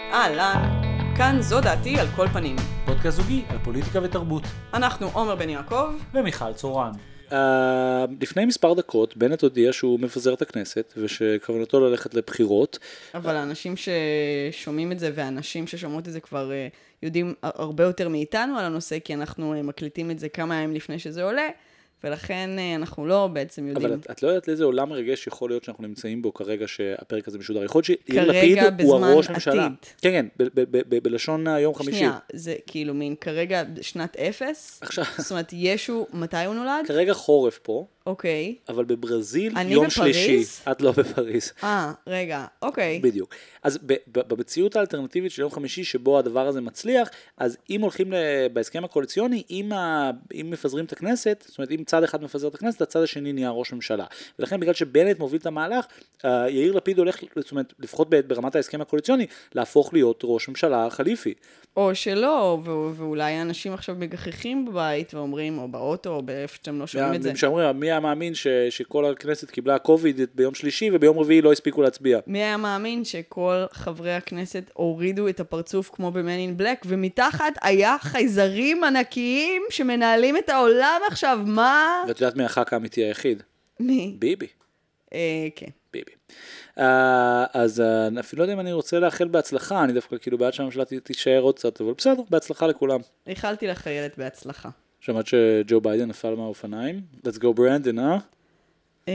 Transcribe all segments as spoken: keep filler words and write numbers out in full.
אהלן, כאן זו דעתי על כל פנים. פודקאסט זוגי על פוליטיקה ותרבות. אנחנו עומר בן יעקב ומיכל צורן. Uh, לפני מספר דקות בנט הודיע שהוא מפזר את הכנסת ושכוונתו ללכת לבחירות. אבל האנשים ששומעים את זה והאנשים ששומעות את זה כבר uh, יודעים הרבה יותר מאיתנו על הנושא, כי אנחנו uh, מקליטים את זה כמה ימים לפני שזה עולה, ולכן uh, אנחנו לא בעצם יודעים. אבל את, את לא יודעת לאיזה עולם מרגש יכול להיות שאנחנו נמצאים בו כרגע שהפרק הזה משודר. יכול להיות שיאיר לפיד הוא הראש ממשלה. כן, כן, ב- ב- ב- בלשון היום חמישי. שנייה, זה כאילו מין כרגע שנת אפס? עכשיו. זאת אומרת, ישו, מתי הוא נולד? כרגע חורף פה. אוקיי. אבל בברזיל אני יום בפריז? שלישי. את לא בפריז. אה, רגע, אוקיי. בדיוק. אז ב- ב- במציאות האלטרנטיבית של יום חמישי שבו הדבר הזה מצליח, אז אם הולכים בהסכם הקואליציוני, אם, ה- אם מפזרים את הכנסת, זאת אומרת, אם צד אחד מפזר את הכנסת, הצד השני נהיה ראש ממשלה. ולכן בגלל שבנט מוביל את המהלך, יאיר לפיד הולך, זאת אומרת, לפחות ברמת ההסכם הקואליציוני, להפוך להיות ראש ממשלה חליפי. או שלא, ו- ואולי האנשים עכשיו מגחכים בבית ואומרים, או באוטו, או באיפה שאתם לא שומעים את זה. שאומרים, מי היה מאמין ש- שכל הכנסת קיבלה קוביד ביום שלישי, וביום רביעי לא הספיקו להצביע? מי היה מאמין שכל חברי הכנסת הורידו את הפרצוף כמו ב-Man in Black, ומתחת היה חייזרים ענקיים שמנהלים את העולם עכשיו, מה? ואת יודעת מי הח"כ האמיתי היחיד? מי? ביבי. אה, כן. ביבי. Uh, אז uh, אפילו לא יודע אם אני רוצה לאחל בהצלחה, אני דווקא כאילו בעד שהממשלה תישאר עוד קצת, אבל בסדר, בהצלחה לכולם. איחלתי לחיילת בהצלחה. שמעת שג'ו ביידן נפל מהאופניים? Let's go Brandon, אה? אה,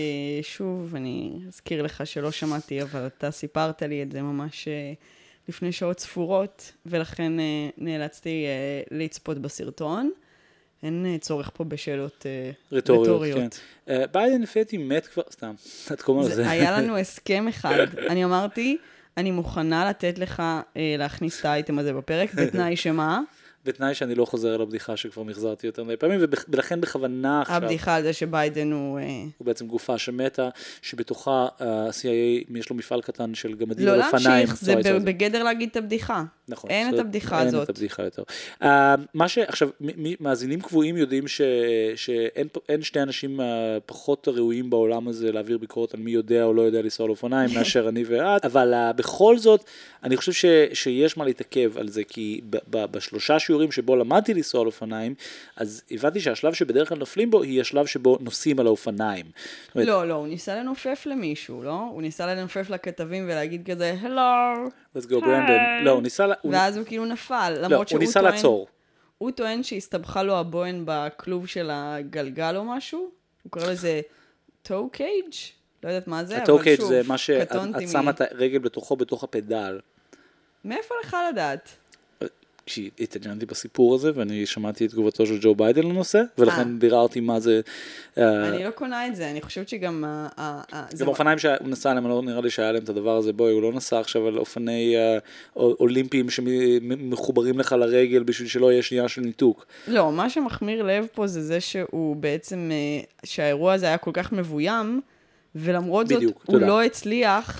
שוב, אני אזכיר לך שלא שמעתי, אבל אתה סיפרת לי את זה ממש אה, לפני שעות ספורות, ולכן אה, נאלצתי אה, לצפות בסרטון. אין אה, צורך פה בשאלות אה, רטוריות. רטוריות. כן. Uh, ביידן לפי מת כבר, סתם, את קוראים לזה. היה לנו הסכם אחד. אני אמרתי, אני מוכנה לתת לך אה, להכניס את האייטם הזה בפרק, בתנאי שמה? בתנאי שאני לא חוזר על הבדיחה שכבר מחזרתי יותר מדי פעמים, ולכן בכוונה עכשיו... הבדיחה על זה שביידן הוא... הוא בעצם גופה שמתה, שבתוכה ה-סי איי איי יש לו מפעל קטן של גמדים לא על אופניים. להמשיך, זה בגדר להגיד את הבדיחה. נכון. אין את הבדיחה אין הזאת. אין את הבדיחה יותר. Uh, מה ש... עכשיו, מאזינים קבועים יודעים ש... שאין שתי אנשים פחות ראויים בעולם הזה להעביר ביקורת על מי יודע או לא יודע לנסוע על אופניים, מאשר אני ואת, אבל uh, בכל זאת, אני חושב ש... שיש מה להתעכב על זה, כי ב... ב... בשלושה שיעורים שבו למדתי לנסוע על אופניים, אז הבנתי שהשלב שבדרך כלל נופלים בו, היא השלב שבו נוסעים על האופניים. אומרת, לא, לא, הוא ניסה לנופף למישהו, לא? הוא ניסה לנופף לכתבים ולהגיד כזה, hello. let's go Brandon. לא, הוא ניסה... ואז הוא כאילו נפל, לא, למרות הוא ניסה לעצור. הוא טוען שהסתבכה לו הבוהן בכלוב של הגלגל או משהו. הוא קורא לזה טו קייג'? לא יודעת מה זה, אבל שוב, הטו קייג' זה מה שאת קטונתי שמה את הרגל בתוכו, בתוך הפדל. מאיפה לך לדעת? כשהתעניינתי בסיפור הזה, ואני שמעתי את תגובתו של ג'ו ביידן לנושא, ולכן ביררתי מה זה... אני לא קונה את זה, אני חושבת שגם... גם אופניים שהוא נסע עליהם, לא נראה לי שהיה להם את הדבר הזה, בואי, הוא לא נסע עכשיו על אופני אולימפיים שמחוברים לך לרגל בשביל שלא יהיה שנייה של ניתוק. לא, מה שמחמיר לב פה זה זה שהוא בעצם, שהאירוע הזה היה כל כך מבוים, ולמרות זאת, הוא לא הצליח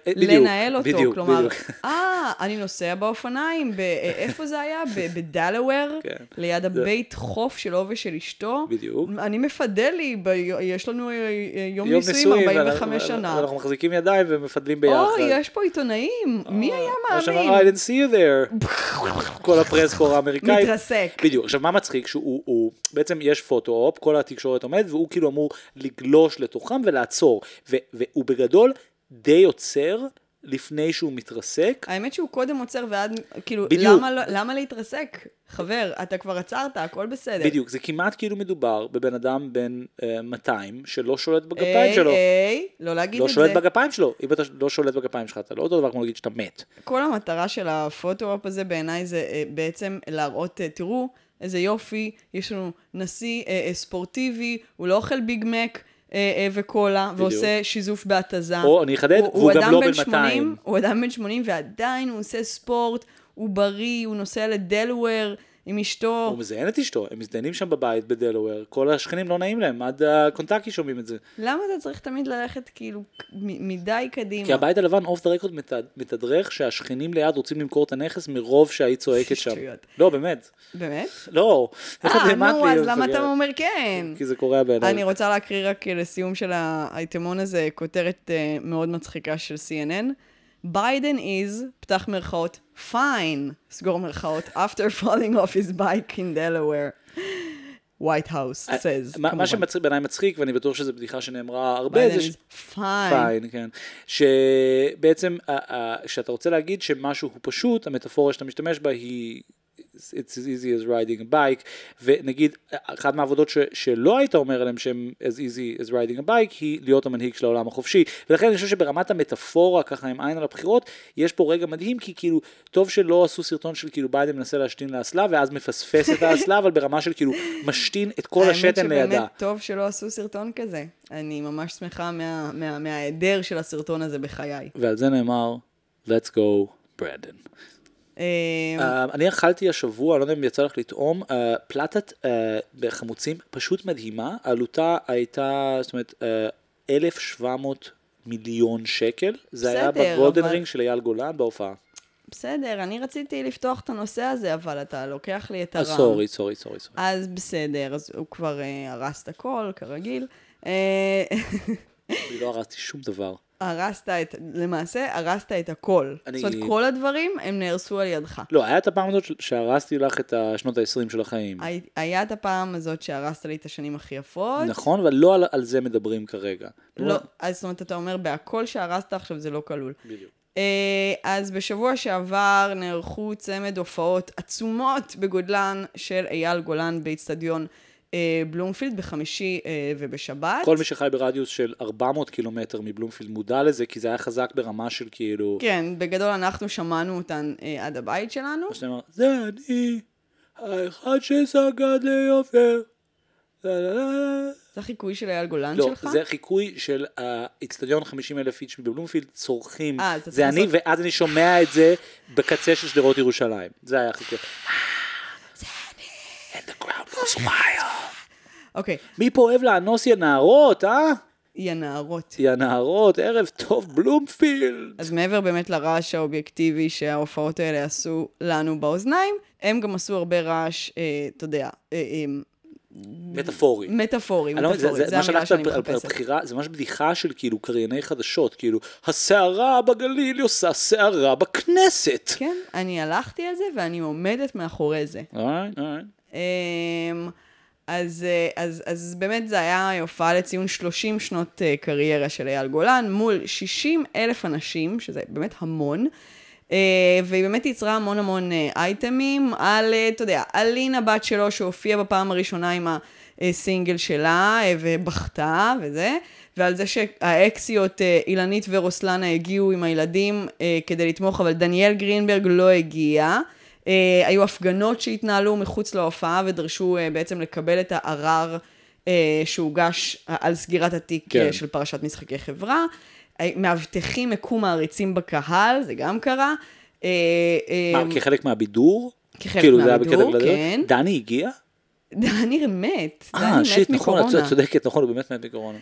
לנהל אותו. כלומר, אה, אני נוסע באופניים, איפה זה היה? בדלוור, ליד הבית חוף שלו ושל אשתו. בדיוק. אני מפדל לי, יש לנו יום נישואים, ארבעים וחמש שנה. אנחנו מחזיקים ידיים ומפדלים ביחד. או, יש פה עיתונאים, מי היה מאמין? I didn't see you there. כל הפרסקור האמריקאי. מתרסק. בדיוק. עכשיו, מה מצחיק? שהוא, בעצם יש פוטו-אופ, כל התקשורת עומד, והוא כאילו אמור לגלוש לתוכם ולעצור. והוא בגדול די עוצר לפני שהוא מתרסק. האמת שהוא קודם עוצר ועד, כאילו, למה, למה להתרסק? חבר, אתה כבר עצרת, הכל בסדר. בדיוק, זה כמעט כאילו מדובר בבן אדם בן מאתיים שלא שולט בגפיים שלו. איי, איי, לא להגיד את זה. לא שולט בגפיים שלו. אם אתה לא שולט בגפיים שלך, אתה לא אותו דבר כמו להגיד שאתה מת. כל המטרה של הפוטו-אופ הזה בעיניי זה בעצם להראות, תראו, איזה יופי, יש לנו נשיא ספורטיבי, הוא לא אוכל ביג מק, וקולה, ועושה שיזוף בהתזה. או, אני אחדד, והוא גם לא בן מאתיים. הוא אדם בן שמונים, ועדיין הוא עושה ספורט, הוא בריא, הוא נוסע לדלוור עם אשתו. הוא מזיין את אשתו, הם מזדיינים שם בבית בדלוור, כל השכנים לא נעים להם, עד הקונטקי שומעים את זה. למה אתה צריך תמיד ללכת כאילו מדי קדימה? כי הבית הלבן אוף דה רקורד מתדרך שהשכנים ליד רוצים למכור את הנכס מרוב שהיא צועקת שם. לא, באמת. באמת? לא. אה, נו, אז למה אתה אומר כן? כי זה קורה בעיניי. אני רוצה להקריא רק לסיום של האייטמון הזה, כותרת מאוד מצחיקה של סי אן אן. Biden is, פתח מרכאות, fine, סגור מרכאות, after falling off his bike in Delaware. White House says. מה שבעיניי מצחיק, ואני בטוח שזו בדיחה שנאמרה הרבה, זה fine, כן. שבעצם, כשאתה רוצה להגיד שמשהו הוא פשוט, המטאפורה שאתה משתמש בה היא it's as easy as riding a bike, ונגיד, אחת מהעבודות ש, שלא היית אומר עליהם שהם as easy as riding a bike, היא להיות המנהיג של העולם החופשי, ולכן אני חושב שברמת המטאפורה, ככה עם עין על הבחירות, יש פה רגע מדהים, כי כאילו, טוב שלא עשו סרטון של כאילו ביידן מנסה להשתין לאסלה, ואז מפספס את האסלה, אבל ברמה של כאילו, משתין את כל השתן לידה. האמת שבאמת טוב שלא עשו סרטון כזה, אני ממש שמחה מה, מה, מההיעדר של הסרטון הזה בחיי. ועל זה נאמר, let's go, ברנדן. אני אכלתי השבוע, אני לא יודע אם יצא לך לטעום, פלטת בחמוצים פשוט מדהימה, עלותה הייתה, זאת אומרת, אלף שבע מאות מיליון שקל, זה היה בגולדן רינג של אייל גולן בהופעה. בסדר, אני רציתי לפתוח את הנושא הזה, אבל אתה לוקח לי את הרם. סורי, סורי, סורי. אז בסדר, אז הוא כבר הרס את הכל, כרגיל. אני לא הרסתי שום דבר. הרסת את, למעשה, הרסת את הכל. אני... זאת אומרת, כל הדברים הם נהרסו על ידך. לא, היה את הפעם הזאת שהרסתי לך את השנות ה-עשרים של החיים. היה, היה את הפעם הזאת שהרסת לי את השנים הכי יפות. נכון, אבל לא על, על זה מדברים כרגע. לא, אז זאת אומרת, אתה אומר, בהכל שהרסת עכשיו זה לא כלול. בדיוק. אז בשבוע שעבר נערכו צמד הופעות עצומות בגודלן של אייל גולן באצטדיון בלומפילד בחמישי ובשבת. כל מי שחי ברדיוס של ארבע מאות קילומטר מבלומפילד מודע לזה, כי זה היה חזק ברמה של כאילו... כן, בגדול אנחנו שמענו אותן עד הבית שלנו. מה שאתה אומר, זה אני, האחד שסגד ליופר. זה חיקוי של אייל גולן לא, שלך? לא, זה חיקוי של האצטדיון חמישים אלף איץ' בבלומפילד, צורכים. זה אני, לעשות... ואז אני שומע את זה בקצה של שדרות ירושלים. זה היה חיקוי. זה אני. And the crowd goes wild. אוקיי. מי פה אוהב לאנוס ינערות, אה? ינערות. ינערות, ערב טוב בלומפילד. אז מעבר באמת לרעש האובייקטיבי שההופעות האלה עשו לנו באוזניים, הם גם עשו הרבה רעש, אה, אתה יודע, אה, אה, מטאפורי. מטאפורי, מטאפורי. זה, זה המילה שאני מחפשת. הבחירה, זה ממש בדיחה של כאילו קרייני חדשות, כאילו, הסערה בגליל עושה סערה בכנסת. כן, אני הלכתי על זה ואני עומדת מאחורי זה. alright, alright. אז, אז, אז באמת זה היה הופעה לציון שלושים שנות קריירה של אייל גולן, מול שישים אלף אנשים, שזה באמת המון, והיא באמת יצרה המון המון אייטמים על, אתה יודע, על לינה בת שלו שהופיעה בפעם הראשונה עם הסינגל שלה ובכתה וזה, ועל זה שהאקסיות אילנית ורוסלנה הגיעו עם הילדים כדי לתמוך, אבל דניאל גרינברג לא הגיע. היו הפגנות שהתנהלו מחוץ להופעה ודרשו בעצם לקבל את הערר שהוגש על סגירת התיק כן. של פרשת משחקי חברה. מאבטחים מקום מעריצים בקהל, זה גם קרה. מה, כחלק מהבידור? כחלק כאילו מהבידור, כן. דני הגיע? דני מת. אה, שיט, נכון, את צודקת, נכון, הוא באמת מת מקורונה.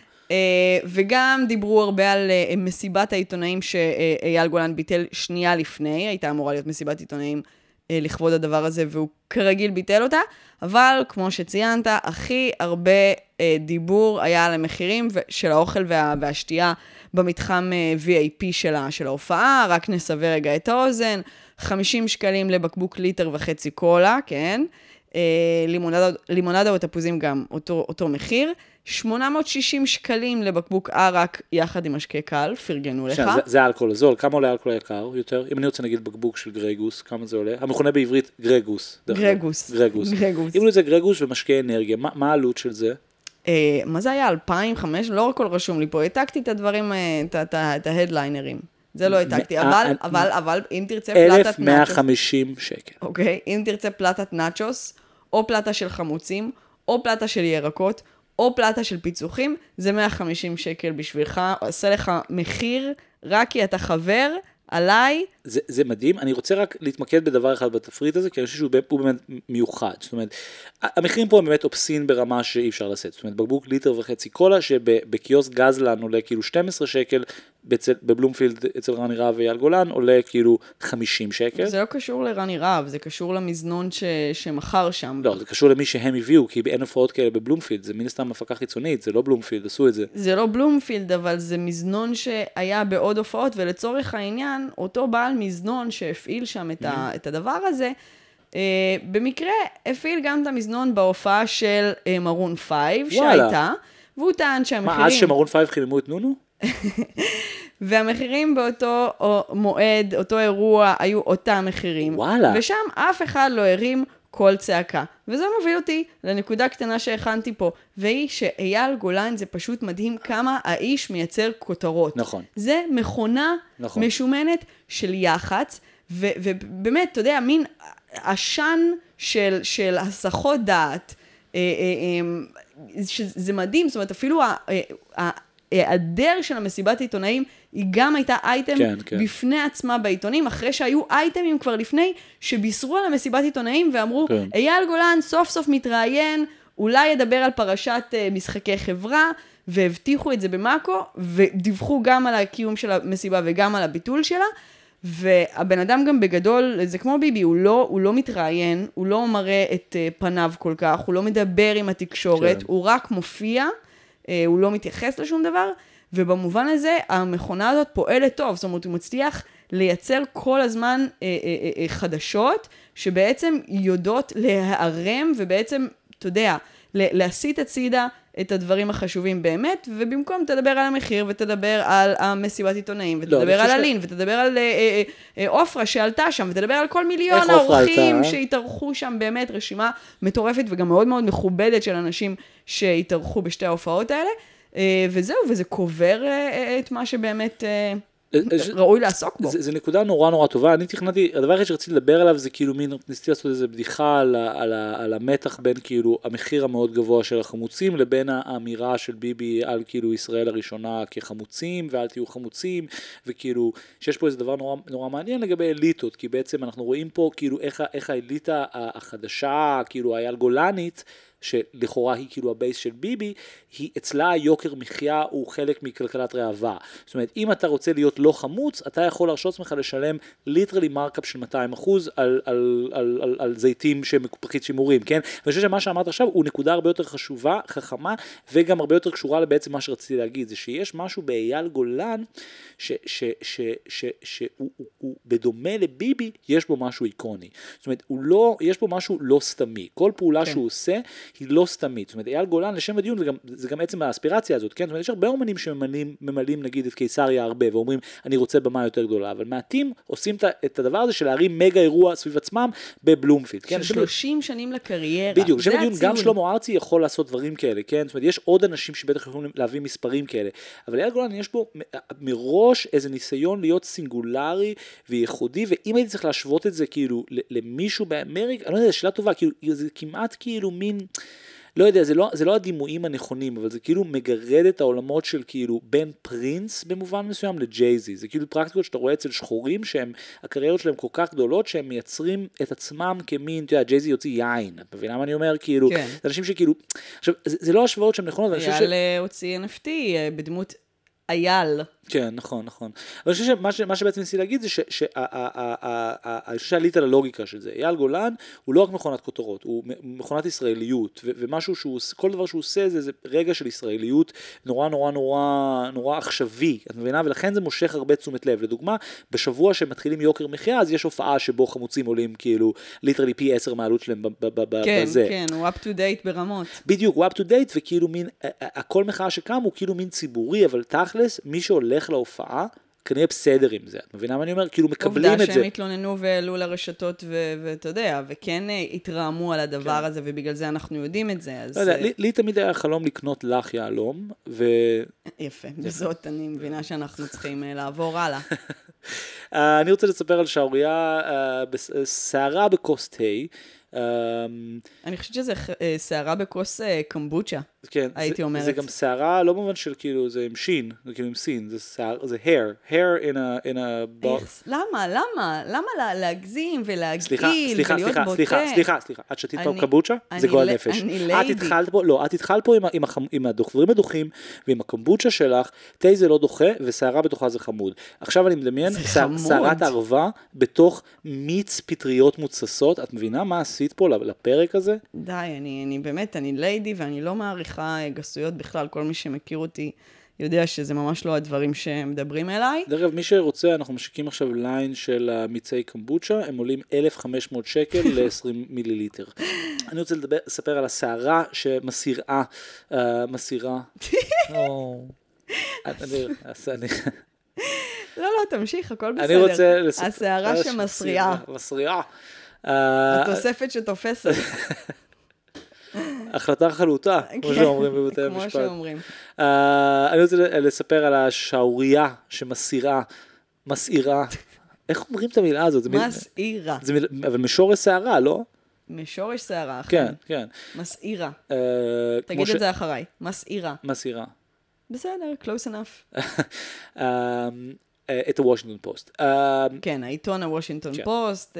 וגם דיברו הרבה על מסיבת העיתונאים שאייל גולן ביטל שנייה לפני, הייתה אמורה להיות מסיבת עיתונאים לכבוד הדבר הזה, והוא כרגיל ביטל אותה, אבל כמו שציינת, הכי הרבה דיבור היה על המחירים של האוכל וה, והשתייה במתחם וי איי פי שלה, של ההופעה, רק נסבר רגע את האוזן, חמישים שקלים לבקבוק ליטר וחצי קולה, כן? לימונדה, לימונדה או תפוזים גם אותו, אותו מחיר, שמונה מאות ושישים שקלים לבקבוק ערק יחד עם משקה קל, פרגנו לך. זה, זה אלכוהול הזול, כמה עולה אלכוהול יקר יותר? אם אני רוצה נגיד בקבוק של גרגוס, כמה זה עולה? המכונה בעברית גרגוס. גרגוס. גרגוס. גרגוס. אם זה גרגוס ומשקה אנרגיה, מה, מה העלות של זה? אה, מה זה היה? אלפיים וחמש? לא הכל רשום לי פה, העתקתי את הדברים, את ההדליינרים. זה לא העתקתי, אבל, אבל, אבל, אם תרצה פלטת נאצ'וס. אלף מאה וחמישים שקל. אוקיי, אם תרצה פלטת נאצ'וס, או פלטה של חמוצים, או פלטה של ירקות, או פלטה של פיצוחים, זה מאה וחמישים שקל בשבילך, עושה לך מחיר, רק כי אתה חבר, עליי. זה, זה מדהים, אני רוצה רק להתמקד בדבר אחד בתפריט הזה, כי אני חושב שהוא באמת מיוחד, זאת אומרת, המחירים פה הם באמת אופסין ברמה שאי אפשר לשאת, זאת אומרת, בקבוק ליטר וחצי קולה, שבקיוסק גזלן עולה כאילו שנים עשר שקל, בבלומפילד אצל רני רהב ואייל גולן עולה כאילו חמישים שקל. זה לא קשור לרני רהב, זה קשור למזנון ש... שמחר שם. לא, זה קשור למי שהם הביאו, כי אין הופעות כאלה בבלומפילד, זה מן הסתם הפקה חיצונית, זה לא בלומפילד, עשו את זה. זה לא בלומפילד, אבל זה מזנון שהיה בעוד הופעות, ולצורך העניין, אותו בעל מזנון שהפעיל שם את, ה... את הדבר הזה, Uh, במקרה הפעיל גם את המזנון בהופעה של uh, מרון פייב שהייתה, והוא טען שהמחירים... מה, אז שמרון פייב חיממו את נונו? והמחירים באותו מועד, אותו אירוע, היו אותם מחירים. וואלה. ושם אף אחד לא הרים כל צעקה. וזה מוביל אותי לנקודה קטנה שהכנתי פה, והיא שאייל גולן זה פשוט מדהים כמה האיש מייצר כותרות. נכון. זה מכונה נכון. משומנת של יח"צ, ו- ובאמת, אתה יודע, מין עשן של, של הסחות דעת, שזה מדהים, זאת אומרת, אפילו ההיעדר של המסיבת עיתונאים, היא גם הייתה אייטם כן, כן. בפני עצמה בעיתונים, אחרי שהיו אייטמים כבר לפני, שבישרו על המסיבת עיתונאים ואמרו, כן. אייל גולן סוף סוף מתראיין, אולי ידבר על פרשת משחקי חברה, והבטיחו את זה במאקו, ודיווחו גם על הקיום של המסיבה וגם על הביטול שלה, והבן אדם גם בגדול, זה כמו ביבי, הוא לא, הוא לא מתראיין, הוא לא מראה את פניו כל כך, הוא לא מדבר עם התקשורת, כן. הוא רק מופיע, הוא לא מתייחס לשום דבר, ובמובן הזה המכונה הזאת פועלת טוב, זאת אומרת הוא מצליח לייצר כל הזמן חדשות, שבעצם יודעות להיערם, ובעצם, אתה יודע, להסיט הצידה את הדברים החשובים באמת, ובמקום תדבר על המחיר, ותדבר על המסיבת עיתונאים, ותדבר על הלין, ותדבר על אופרה שעלתה שם, ותדבר על כל מיליון האורחים שהתארחו שם, באמת רשימה מטורפת, וגם מאוד מאוד מכובדת של אנשים שהתארחו בשתי ההופעות האלה, וזהו, וזה קובר את מה שבאמת ראוי לעסוק בו. זה, זה נקודה נורא נורא טובה. אני תכנתי, הדבר הכי שרציתי לדבר עליו זה כאילו מין, ניסיתי לעשות איזו בדיחה על, על, על המתח בין כאילו המחיר המאוד גבוה של החמוצים, לבין האמירה של ביבי על כאילו ישראל הראשונה כחמוצים, ואל תהיו חמוצים, וכאילו שיש פה איזה דבר נורא, נורא מעניין לגבי אליטות, כי בעצם אנחנו רואים פה כאילו איך, איך האליטה החדשה, כאילו אייל גולנית, שלכאורה היא כאילו הבייס של ביבי, היא אצלה יוקר מחיה הוא חלק מכלכלת ראווה. זאת אומרת, אם אתה רוצה להיות לא חמוץ, אתה יכול להרשות עצמך לשלם ליטרלי מרקאפ של מאתיים אחוז על, על, על, על, על זיתים שמקופחית שימורים, כן? ואני חושב שמה שאמרת עכשיו הוא נקודה הרבה יותר חשובה, חכמה, וגם הרבה יותר קשורה לבעצם מה שרציתי להגיד, זה שיש משהו באייל גולן, ש, ש, ש, ש, שהוא הוא, הוא, בדומה לביבי, יש בו משהו איקוני. זאת אומרת, הוא לא, יש בו משהו לא סתמי. כל פעולה כן. שהוא עושה, היא לא סתמית. זאת אומרת, אייל גולן, לשם הדיון, וגם, זה גם עצם האספירציה הזאת, כן? זאת אומרת, יש הרבה אומנים שממלאים, ממלאים, נגיד, את קיסריה הרבה, ואומרים, אני רוצה במה יותר גדולה, אבל מעטים עושים את הדבר הזה של להרים מגה אירוע סביב עצמם בבלומפילד, כן? שלושים שנים לקריירה. בדיוק, לשם הדיון, גם שלמה ארצי יכול לעשות דברים כאלה, כן? זאת אומרת, יש עוד אנשים שבטח יכולים להביא מספרים כאלה, אבל אייל גולן, יש בו מראש איזה ניסיון להיות סינגולרי וייחודי, ואם הייתי צריך להשוות את זה כאילו למישהו באמריקה, אני לא יודע, שאלה טובה, כאילו, זה כמעט כאילו מין, לא יודע, זה לא, זה לא הדימויים הנכונים, אבל זה כאילו מגרד את העולמות של כאילו בין פרינס במובן מסוים לג'ייזי, זה כאילו פרקטיקות שאתה רואה אצל שחורים, שהם, הקריירות שלהם כל כך גדולות, שהם מייצרים את עצמם כמין, אתה יודע, ג'ייזי יוציא יין, את מבינה מה אני אומר? כאילו, כן. זה אנשים שכאילו, עכשיו, זה, זה לא השוואות שהן נכונות, אייל ש... הוציא אן אף טי בדמות אייל. כן, נכון, נכון. אבל אני חושב שמה שבעצם ניסי להגיד זה שאני חושב שעלית על הלוגיקה של זה. אייל גולן הוא לא רק מכונת כותרות, הוא מכונת ישראליות, ומשהו שהוא, כל דבר שהוא עושה זה רגע של ישראליות נורא נורא נורא נורא עכשווי, את מבינה? ולכן זה מושך הרבה תשומת לב. לדוגמה, בשבוע שמתחילים יוקר מחיה, אז יש הופעה שבו חמוצים עולים כאילו ליטרלי פי עשר מעלות שלהם בזה. כן, כן, הוא up to date ברמות. בדיוק, הוא up to date, וכאילו מין, הכל מחאה שקם הוא כאילו מין ציבורי, אבל תכלס, מי שהולך להופעה, כנראה בסדר עם זה. את מבינה מה אני אומר? כאילו מקבלים את זה. עובדה שהם התלוננו ועלו לרשתות, ואתה יודע, וכן התרעמו על הדבר הזה, ובגלל זה אנחנו יודעים את זה. לא יודע, לי תמיד היה חלום לקנות לך יעלום, ו... יפה, בזאת אני מבינה שאנחנו צריכים לעבור הלאה. אני רוצה לספר על שערוריה, שערה בקוסט היי, אני חושבת שזה שערה בכוס קמבוצ'ה, כן, הייתי אומרת. זה גם שערה, לא במובן של כאילו, זה עם שין, זה כאילו עם סין, זה שער, זה hair, hair in a, in a box. למה, למה? למה להגזים ולהגעיל סליחה, סליחה, סליחה, בוטה? סליחה, סליחה, סליחה, את שתית פעם קמבוצ'ה? זה גועל נפש. אני ליידי. את התחלת פה, לא, את התחלת פה עם, עם, עם הדברים הדוחים, ועם הקמבוצ'ה שלך, תה זה לא דוחה, ושערה בתוכה זה חמוד. עכשיו אני מדמיין, שערת ערבה, בתוך מיץ פטריות מוצסות, את מבינה מה עשית פה לפרק הזה? די, אני, אני באמת, אני ליידי, ואני לא מעריכה גסויות בכלל, כל מי שמכיר אותי יודע שזה ממש לא הדברים שמדברים אליי. דרך אגב, מי שרוצה, אנחנו משיקים עכשיו ליין של מיצי קמבוצ'ה, הם עולים אלף וחמש מאות שקל ל-עשרים מיליליטר. אני רוצה לדבר, לספר על השערה שמסירה, מסירה. לא, לא, תמשיך, הכל בסדר. אני רוצה לספר. השערה שמסריעה. מסריעה. התוספת שתופסת. החלטה חלוטה, כמו שאומרים בבתי המשפט. כמו שאומרים. אני רוצה לספר על השעוריה שמסירה, מסעירה. איך אומרים את המילה הזאת? מסעירה. אבל משורש שערה, לא? משורש שערה, כן, כן. מסעירה. תגיד את זה אחריי. מסעירה. מסעירה. בסדר, close enough. את הוושינגטון פוסט. כן, העיתון הוושינגטון פוסט.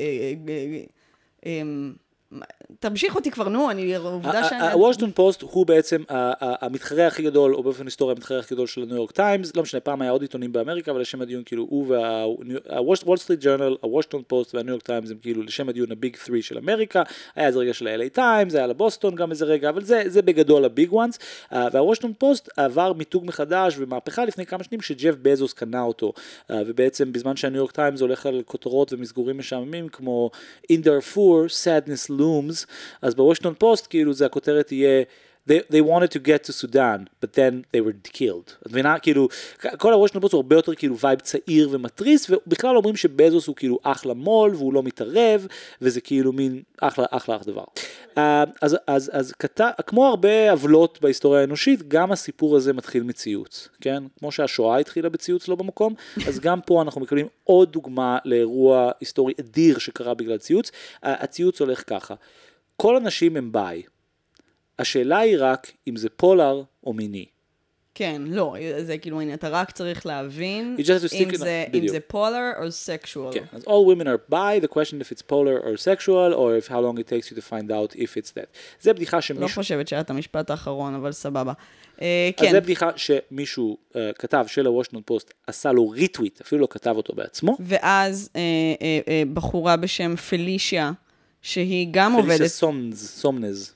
תמשיך אותי כבר, נו, אני עובדה שאני... הוושינגטון פוסט הוא בעצם המתחרה הכי גדול, או באופן היסטורי המתחרה הכי גדול של הניו יורק טיימס, לא משנה, פעם היה עוד עיתונים באמריקה, אבל לשם הדיון כאילו הוא והוול סטריט ג'ורנל, הוושינגטון פוסט והניו יורק טיימס הם כאילו לשם הדיון הביג תרי של אמריקה, היה איזה רגע של ה-אל איי טיימס, היה לבוסטון גם איזה רגע, אבל זה בגדול הביג וואנס, והוושינגטון פוסט עבר מיתוג מחדש ומהפכה לפני כמה שנים שג'ף בזוס קנה אותו, ובעצם בזמן שהניו יורק טיימס הולך על כותרות ומסגורים משעממים כמו In Darfur, sadness looms, אז בוושינגטון פוסט כאילו זה הכותרת תהיה They, they wanted to get to Sudan, but then they were killed. את מבינה? כאילו, כל הוושינגטון פוסט הוא הרבה יותר כאילו וייב צעיר ומטריס, ובכלל אומרים שבזוס הוא כאילו אחלה מול, והוא לא מתערב, וזה כאילו מין אחלה, אחלה דבר. אז, אז, אז כתה, כמו הרבה עוולות בהיסטוריה האנושית, גם הסיפור הזה מתחיל מציוץ, כן? כמו שהשואה התחילה בציוץ לא במקום, אז גם פה אנחנו מקבלים עוד דוגמה לאירוע היסטורי אדיר שקרה בגלל ציוץ. הציוץ הולך ככה. כל אנשים הם ביי. השאלה היא רק אם זה פולר או מיני. כן, לא, זה כאילו, אתה רק צריך להבין אם זה פולר או סקשואל. כן, אז all women are bi, the question if it's polar or sexual, or if how long it takes you to find out if it's that. זה בדיחה שמישהו... לא חושבת שהיה את המשפט האחרון, אבל סבבה. אז זה בדיחה שמישהו כתב של הוושינגטון פוסט, עשה לו ריטוויט, אפילו לא כתב אותו בעצמו. ואז בחורה בשם פלישיה, שהיא גם עובדת... פלישיה סומנז, סומנז.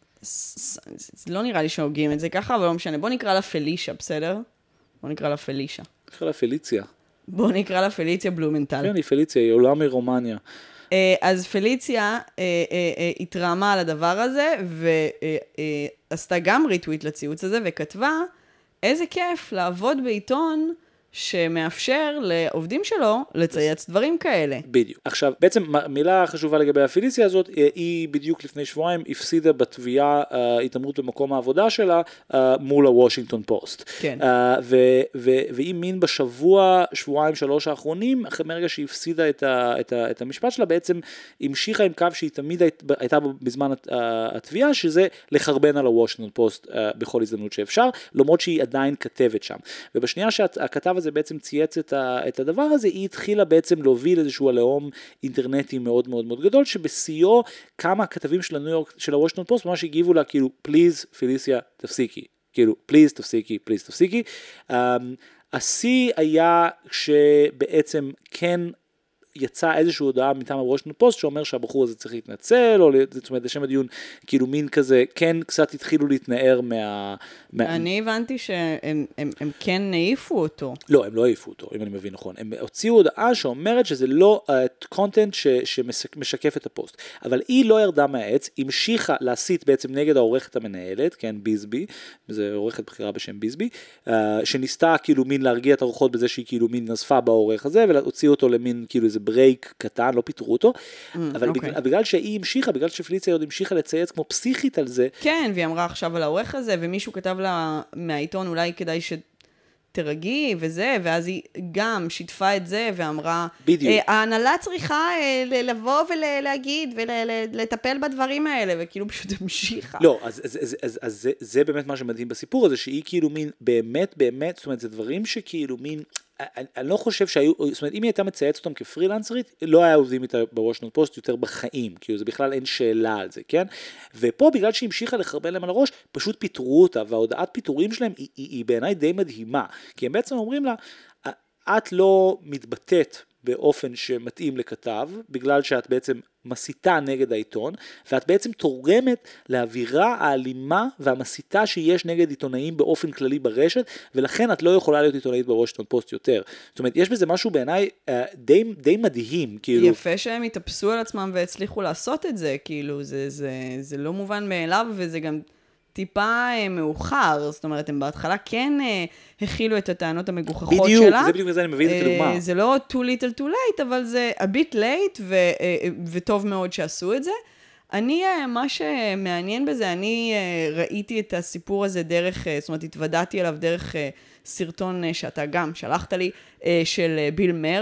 לא נראה לי שהוגים את זה ככה, אבל לא משנה. בוא נקרא לה פלישה, בסדר? בוא נקרא לה פלישה. נקרא לה פליציה. בוא נקרא לה פליציה בלומנטל. כן, היא פליציה, היא עולה מרומניה. אז פליציה התרעמה על הדבר הזה, ועשתה גם ריטוויט לציוץ הזה, וכתבה, איזה כיף לעבוד בעיתון שמאפשר לעובדים שלו לצייץ דברים כאלה. בדיוק. עכשיו, בעצם מילה חשובה לגבי הפיליציה הזאת, היא בדיוק לפני שבועיים הפסידה בתביעה התאמרות במקום העבודה שלה מול הוושינגטון פוסט. כן. והיא מין בשבוע, שבועיים, שלוש האחרונים, אחרי מרגע שהיא הפסידה את המשפט שלה, בעצם המשיכה עם קו שהיא תמיד הייתה בזמן התביעה, שזה לחרבן על הוושינגטון פוסט בכל הזדמנות שאפשר, למרות שהיא עדיין כתבת שם. ובשנייה שהכתב הזה בעצם צייץ את, ה, את הדבר הזה, היא התחילה בעצם להוביל איזשהו הלאום אינטרנטי מאוד מאוד מאוד גדול, שבסיוע כמה כתבים של הניו יורק, של הוושינגטון פוסט, ממש הגיבו לה כאילו, פליז פיליסיה תפסיקי, כאילו, פליז תפסיקי, פליז תפסיקי. Um, השיא היה שבעצם כן יצא איזושהי הודעה מטעם הוושינגטון פוסט שאומר שהבחור הזה צריך להתנצל, או זאת אומרת, לשם הדיון, כאילו מין כזה, כן קצת התחילו להתנער מה... אני הבנתי שהם הם, הם כן העיפו אותו. לא, הם לא העיפו אותו, אם אני מבין נכון. הם הוציאו הודעה שאומרת שזה לא קונטנט שמשקף את הפוסט. אבל היא לא ירדה מהעץ, המשיכה להסית בעצם נגד העורכת המנהלת, כן, ביזבי, זה עורכת בחירה בשם ביזבי, שניסתה כאילו מין להרגיע את הרוחות בזה שהיא כאילו מין נזפה בעורך הזה, ולהוציא אותו למין כאילו איזה ברייק קטן, לא פיתרו אותו, אבל בגלל שהיא המשיכה, בגלל שפליציה עוד המשיכה לצייץ כמו פסיכית על זה. כן, והיא אמרה עכשיו על העורך הזה, ומישהו כתב לה מהעיתון, אולי כדאי תרגי וזה, ואז היא גם שיתפה את זה ואמרה, בדיוק. ההנהלה צריכה לבוא ולהגיד ולטפל בדברים האלה, וכאילו פשוט המשיכה. לא, אז, אז, אז, אז, אז זה, זה באמת מה שמדהים בסיפור הזה, שהיא כאילו מין, באמת, באמת, זאת אומרת, זה דברים שכאילו מין, אני, אני לא חושב שהיו, זאת אומרת, אם היא הייתה מצייץ אותם כפרילנסרית, לא היה עובדים איתה בוושינגטון פוסט יותר בחיים, כאילו זה בכלל אין שאלה על זה, כן? ופה בגלל שהיא המשיכה לחרבן להם על הראש, פשוט פיטרו אותה, וההודעת פיטורים שלהם היא, היא, היא בעיניי די מדהימה, כי הם בעצם אומרים לה, את לא מתבטאת באופן שמתאים לכתב, בגלל שאת בעצם מסיתה נגד העיתון, ואת בעצם תורגמת לאווירה האלימה והמסיתה שיש נגד עיתונאים באופן כללי ברשת, ולכן את לא יכולה להיות עיתונאית בוושינגטון פוסט יותר. זאת אומרת, יש בזה משהו בעיניי די, די מדהים, כאילו. יפה שהם התאפסו על עצמם והצליחו לעשות את זה, כאילו, זה, זה, זה לא מובן מאליו, וזה גם טיפה מאוחר, זאת אומרת, הם בהתחלה כן הכילו את הטענות המגוחכות שלה. בדיוק, זה בדיוק זה אני מביא את זה כדוגמה. זה לא too little too late, אבל זה a bit late, וטוב מאוד שעשו את זה. אני, מה שמעניין בזה, אני ראיתי את הסיפור הזה דרך, זאת אומרת, התוודעתי אליו דרך סרטון שאתה גם שלחת לי, של ביל מאר,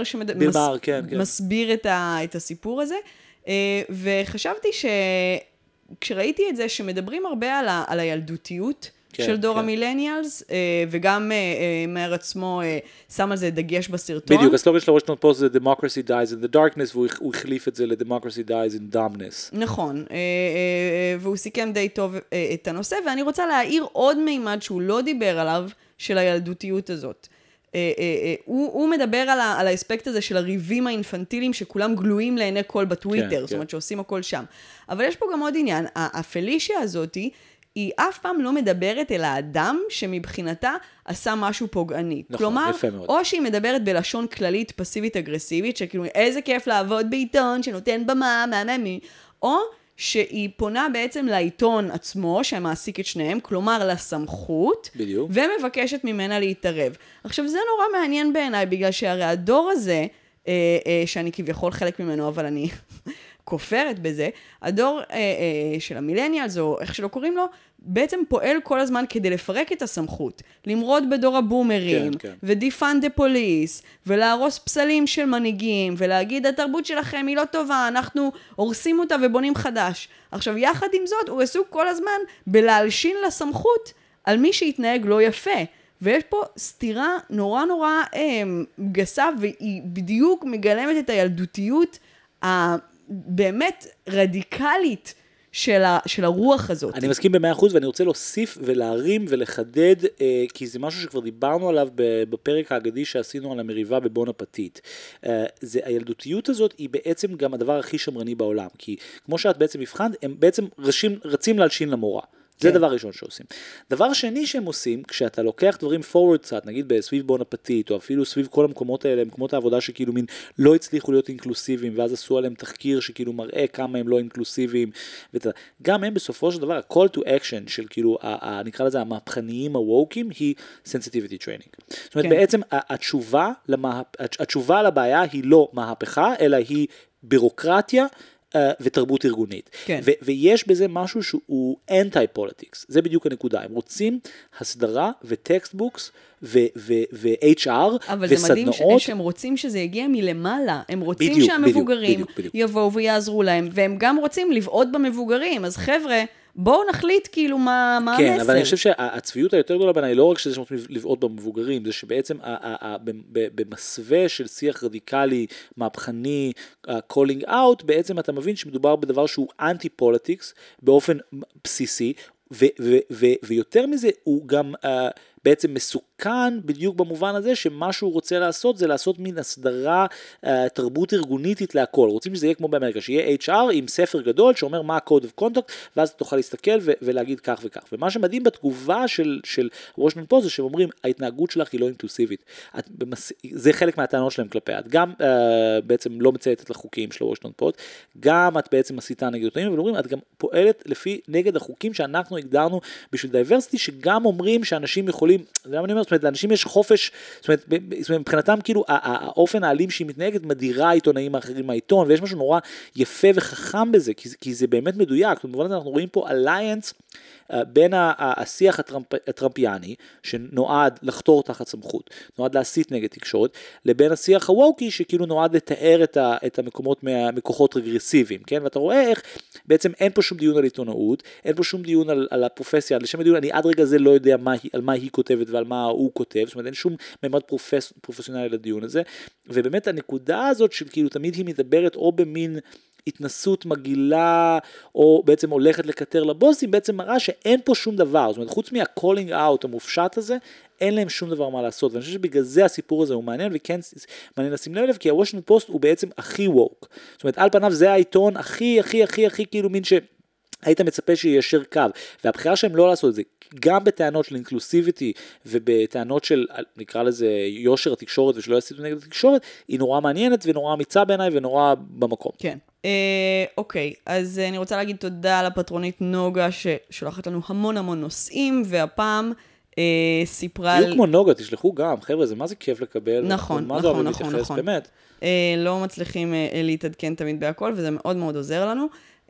שמסביר את הסיפור הזה, וחשבתי ש... כשראיתי את זה, שמדברים הרבה על, ה, על הילדותיות כן, של דור כן. המילניאלס, וגם מאר עצמו שם על זה דגש בסרטון. בדיוק, הסלוגן של הוושינגטון פוסט זה Democracy dies in the darkness, והוא החליף את זה ל-Democracy dies in dumbness. נכון, והוא סיכם די טוב את הנושא, ואני רוצה להעיר עוד מימד שהוא לא דיבר עליו, של הילדותיות הזאת. הוא, הוא מדבר על, ה, על האספקט הזה של הריבים האינפנטיליים שכולם גלויים לעיני כל בטוויטר, כן, זאת אומרת כן. שעושים הכל שם. אבל יש פה גם עוד עניין, הפלישיה הזאת היא אף פעם לא מדברת אל האדם שמבחינתה עשה משהו פוגעני. נכון, כלומר, יפה מאוד. או שהיא מדברת בלשון כללית פסיבית אגרסיבית, שכאילו איזה כיף לעבוד בעיתון שנותן במה, מה מה מי, או שהיא פונה בעצם לעיתון עצמו, שמעסיק את שניהם, כלומר לסמכות, בדיוק. ומבקשת ממנה להתערב. עכשיו, זה נורא מעניין בעיניי, בגלל שהרי הדור הזה, אה, אה, שאני כביכול חלק ממנו, אבל אני כופרת בזה, הדור אה, אה, של המילניאלס, או איך שלא קוראים לו, בעצם פועל כל הזמן כדי לפרק את הסמכות, למרוד בדור הבומרים, כן, כן. ודיפן דה פוליס, ולהרוס פסלים של מנהיגים, ולהגיד, התרבות שלכם היא לא טובה, אנחנו הורסים אותה ובונים חדש. עכשיו, יחד עם זאת, הוא עסוק כל הזמן בלהלשין לסמכות על מי שהתנהג לא יפה. ויש פה סתירה נורא נורא אה, גסה, והיא בדיוק מגלמת את הילדותיות הבאמת רדיקלית, של, ה, של הרוח הזאת. אני מסכים במאה אחוז, ואני רוצה להוסיף ולהרים ולחדד, אה, כי זה משהו שכבר דיברנו עליו בפרק האגדי שעשינו על המריבה בבון אפטית. אה, זה, הילדותיות הזאת היא בעצם גם הדבר הכי שמרני בעולם, כי כמו שאת בעצם הבחנת, הם בעצם רשים, רצים להלשין למורה. זה דבר ראשון שעושים. דבר שני שהם עושים, כשאתה לוקח דברים forward קצת, נגיד בסביב בון אפטית, או אפילו סביב כל המקומות האלה, מקומות העבודה שכאילו מין לא הצליחו להיות אינקלוסיביים, ואז עשו עליהם תחקיר שכאילו מראה כמה הם לא אינקלוסיביים, גם הם בסופו של דבר, ה-call to action של כאילו, נקרא לזה המהפכניים הווקים, היא sensitivity training. זאת אומרת, בעצם התשובה, התשובה לבעיה היא לא מהפכה, אלא היא בירוקרטיה, ותרבות ארגונית. כן. ו- ויש בזה משהו שהוא anti-politics. זה בדיוק הנקודה. הם רוצים הסדרה וטקסטבוקס ו-אייץ' אר וסדנאות. אבל זה מדהים ש- שהם רוצים שזה יגיע מלמעלה. הם רוצים בדיוק, שהמבוגרים בדיוק, בדיוק, בדיוק. יבואו ויעזרו להם, והם גם רוצים לבעוט במבוגרים. אז חבר'ה, בואו נחליט כאילו מה, מה כן, המסר. כן, אבל אני חושב שהצביעות היותר גדולה בעיניי, לא רק שזה שרוצים לבעוט במבוגרים, זה שבעצם במסווה של שיח רדיקלי, מהפכני, calling out, בעצם אתה מבין שמדובר בדבר שהוא אנטי-פוליטיקס, באופן בסיסי, ויותר מזה הוא גם בעצם מסוכן בדיוק במובן הזה שמה שהוא רוצה לעשות זה לעשות מין הסדרה תרבות ארגוניתית להכל. רוצים שזה יהיה כמו באמריקה, שיהיה אייץ' אר עם ספר גדול שאומר מה ה-code of conduct, ואז תוכל להסתכל ולהגיד כך וכך. ומה שמדהים בתגובה של, של וושינגטון פוסט זה שהם אומרים, ההתנהגות שלך היא לא אינקלוסיבית. את, זה חלק מהטענות שלהם כלפי. את גם uh, בעצם לא מצייתת לחוקים של וושינגטון פוסט, גם את בעצם מסיתה נגד אותנו, אבל אומרים, את גם פועלת לפי נגד החוקים שאנחנו הגדרנו בשביל דייברסיטי, שגם אומרים שאנשים יכולים, זה מה אני אומר, זאת אומרת, לאנשים יש חופש, זאת אומרת, מבחינתם כאילו, האופן האלים שהיא מתנהגת מדירה עיתונאים האחרים מהעיתון, ויש משהו נורא יפה וחכם בזה, כי זה באמת מדויק, במובן הזה אנחנו רואים פה אליינס, בין השיח הטראמפיאני, שנועד לחתור תחת סמכות, נועד להסית נגד תקשורת, לבין השיח הווקי, שכאילו נועד לתאר את המקומות מכוחות רגרסיביים, כן? ואתה רואה איך, בעצם אין פה שום דיון על עיתונאות, אין פה שום דיון על, על הפרופסיה, לשם הדיון, אני עד רגע זה לא יודע מה, על מה היא כותבת ועל מה הוא כותב, זאת אומרת, אין שום ממד פרופס, פרופסיונלי לדיון הזה, ובאמת הנקודה הזאת של כאילו תמיד היא מדברת או במין התנסות מגילה, או בעצם הולכת לקטר לבוסים, בעצם מראה שאין פה שום דבר, זאת אומרת, חוץ מה-calling out המופשט הזה, אין להם שום דבר מה לעשות, ואני חושב שבגלל זה הסיפור הזה הוא מעניין, וכן מעניין לשים לב לב, כי הוושינגטון פוסט הוא בעצם הכי ווק, זאת אומרת, על פניו זה העיתון הכי, הכי, הכי, הכי, כאילו מין שהיית מצפה שיישר קו, והבחירה שהם לא לעשות את זה, גם בטענות של אינקלוסיביטי, ובטענות של, נקרא לזה, יושר התקשורת, ושלא יסיתו נגד התקשורת, היא נורא מעניינת, ונורא אמיצה בעיניי, ונורא במקום. כן. אוקיי, אז אני רוצה להגיד תודה לפטרונית נוגה, ששולחת לנו המון המון נושאים, והפעם סיפרה... תהיו כמו נוגה, תשלחו גם, חבר'ה, זה מה זה כיף לקבל. נכון, נכון, נכון, נכון. באמת. לא מצליחים להתעדכן תמיד בהכל, וזה מאוד מאוד עוזר לנו.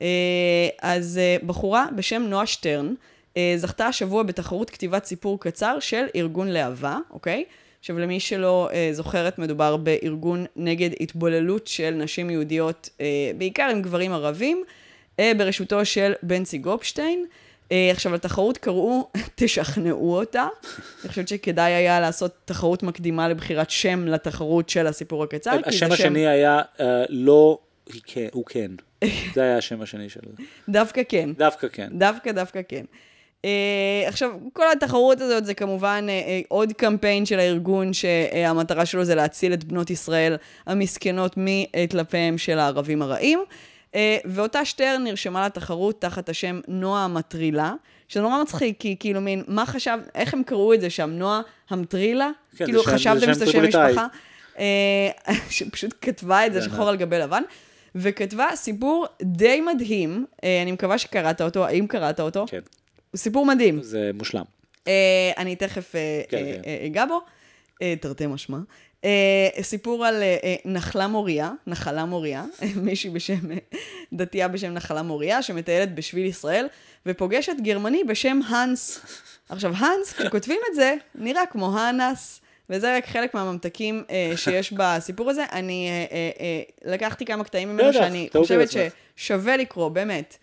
אז בחורה בשם נועה שטרן, זכתה השבוע בתחרות כתיבת סיפור קצר של ארגון להבה, אוקיי? עכשיו, למי שלא אה, זוכרת, מדובר בארגון נגד התבוללות של נשים יהודיות, אה, בעיקר עם גברים ערבים, אה, ברשותו של בנצי גופשטיין. אה, עכשיו, לתחרות קראו, תשכנעו אותה. אני חושבת שכדאי היה לעשות תחרות מקדימה לבחירת שם לתחרות של הסיפור הקצר. השם השני שם... היה uh, לא, כן, הוא כן. זה היה השם השני שלו. דווקא כן. דווקא כן. דווקא, דווקא כן. Uh, עכשיו, כל התחרות הזאת זה כמובן uh, uh, עוד קמפיין של הארגון שהמטרה שלו זה להציל את בנות ישראל המסכנות מתלפיהם של הערבים הרעים. Uh, ואותה שטרן נרשמה לתחרות תחת השם נועה המטרילה, שזה נורא מצחיק, כי כאילו מין, מה חשב, איך הם קראו את זה שם, נועה המטרילה? כן, כאילו זה חשבתם שזה שם משפחה? Uh, שפשוט כתבה את זה שחור על גבי לבן. וכתבה סיפור די מדהים, uh, אני מקווה שקראת אותו, האם קראת אותו? כן. סיפור מדהים. זה מושלם. אני תכף אגע בו, תרתי משמע. סיפור על נחלה מוריה, נחלה מוריה, מישהי בשם, דתייה בשם נחלה מוריה, שמטיילת בשביל ישראל, ופוגשת גרמני בשם הנס. עכשיו, הנס, כשכותבים את זה, נראה כמו הנס, וזה רק חלק מהממתקים שיש בסיפור הזה. אני לקחתי כמה קטעים ממנו שאני חושבת ששווה לקרוא, באמת.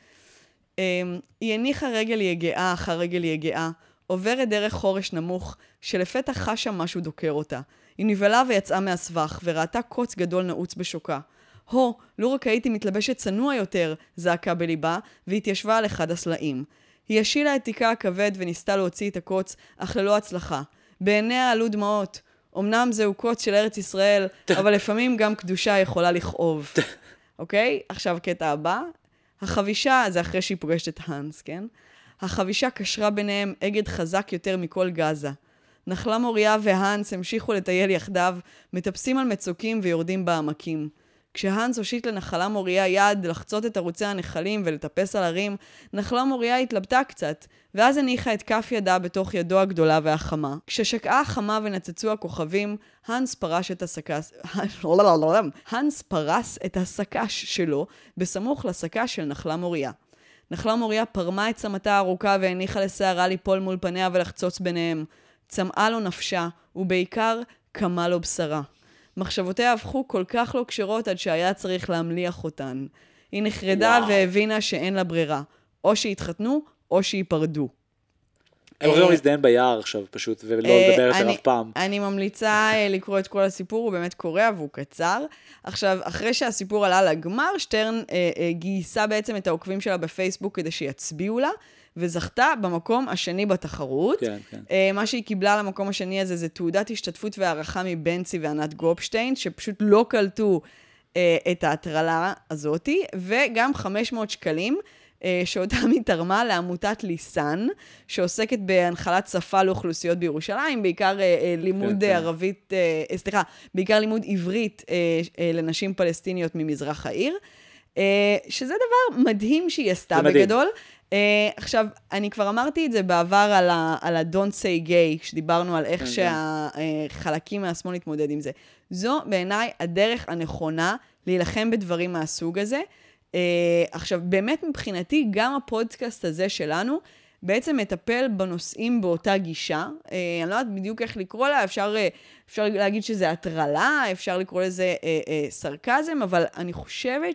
היא הניחה רגל יגעה אחר רגל יגעה, עוברת דרך חורש נמוך, שלפתע חשה משהו דוקר אותה. היא נבלה ויצאה מהסבך, וראתה קוץ גדול נעוץ בשוקה. הו, לא רק הייתי מתלבשת צנוע יותר, זעקה בליבה, והתיישבה על אחד הסלעים. היא השילה את תיקה הכבד וניסתה להוציא את הקוץ, אך ללא הצלחה. בעיניה עלו דמעות. אמנם זהו קוץ של ארץ ישראל, אבל לפעמים גם קדושה יכולה לכאוב. אוקיי? עכשיו קטע הבא. החבישה, זה אחרי שהיא פוגשת את הנס, כן? החבישה קשרה ביניהם אגד חזק יותר מכל גזה. נחלה מוריה והנס המשיכו לטייל יחדיו, מטפסים על מצוקים ויורדים בעמקים. כשהנס הושיט לנחלה מוריה יד לחצות את ערוצי הנחלים ולטפס על הרים, נחלה מוריה התלבטה קצת, ואז הניחה את כף ידה בתוך ידו הגדולה והחמה. כששקעה החמה ונצצו הכוכבים, הנס פרש את הסקש... הנס פרס את הסקש שלו בסמוך לסקש של נחלה מוריה. נחלה מוריה פרמה את צמתה הארוכה והניחה לשערה ליפול מול פניה ולחצוץ ביניהם. צמאה לו נפשה, ובעיקר קמה לו בשרה. מחשבותיה הפכו כל כך לא קשרות עד שהיה צריך להמליח אותן. היא נחרדה וואו. והבינה שאין לה ברירה. או שיתחתנו, או שיפרדו. הם הולכים להזדהן ביער עכשיו פשוט, ולא לדבר יותר אף פעם. אני ממליצה לקרוא את כל הסיפור, הוא באמת קורא, והוא קצר. עכשיו, אחרי שהסיפור עלה לגמר, שטרן גייסה בעצם את העוקבים שלה בפייסבוק כדי שיצביעו לה, וזכתה במקום השני בתחרות. כן, כן. מה שהיא קיבלה למקום השני הזה, זה תעודת השתתפות והערכה מבנצי וענת גופשטיין, שפשוט לא קלטו את ההטרלה הזאת, וגם חמש מאות שקלים, שאותם היא תרמה לעמותת ליסן, שעוסקת בהנחלת שפה לאוכלוסיות בירושלים, בעיקר לימוד ערבית, סליחה, בעיקר לימוד עברית לנשים פלסטיניות ממזרח העיר, שזה דבר מדהים שהיא עשתה בגדול. עכשיו, אני כבר אמרתי את זה בעבר על ה, על ה-Don't say gay, כשדיברנו על איך שהחלקים מהשמאל התמודד עם זה. זו בעיניי הדרך הנכונה להילחם בדברים מהסוג הזה. עכשיו, באמת מבחינתי, גם הפודקאסט הזה שלנו, בעצם מטפל בנושאים באותה גישה. אני לא יודעת בדיוק איך לקרוא לה, אפשר, אפשר להגיד שזה הטרלה, אפשר לקרוא לזה אה, אה, סרקזם, אבל אני חושבת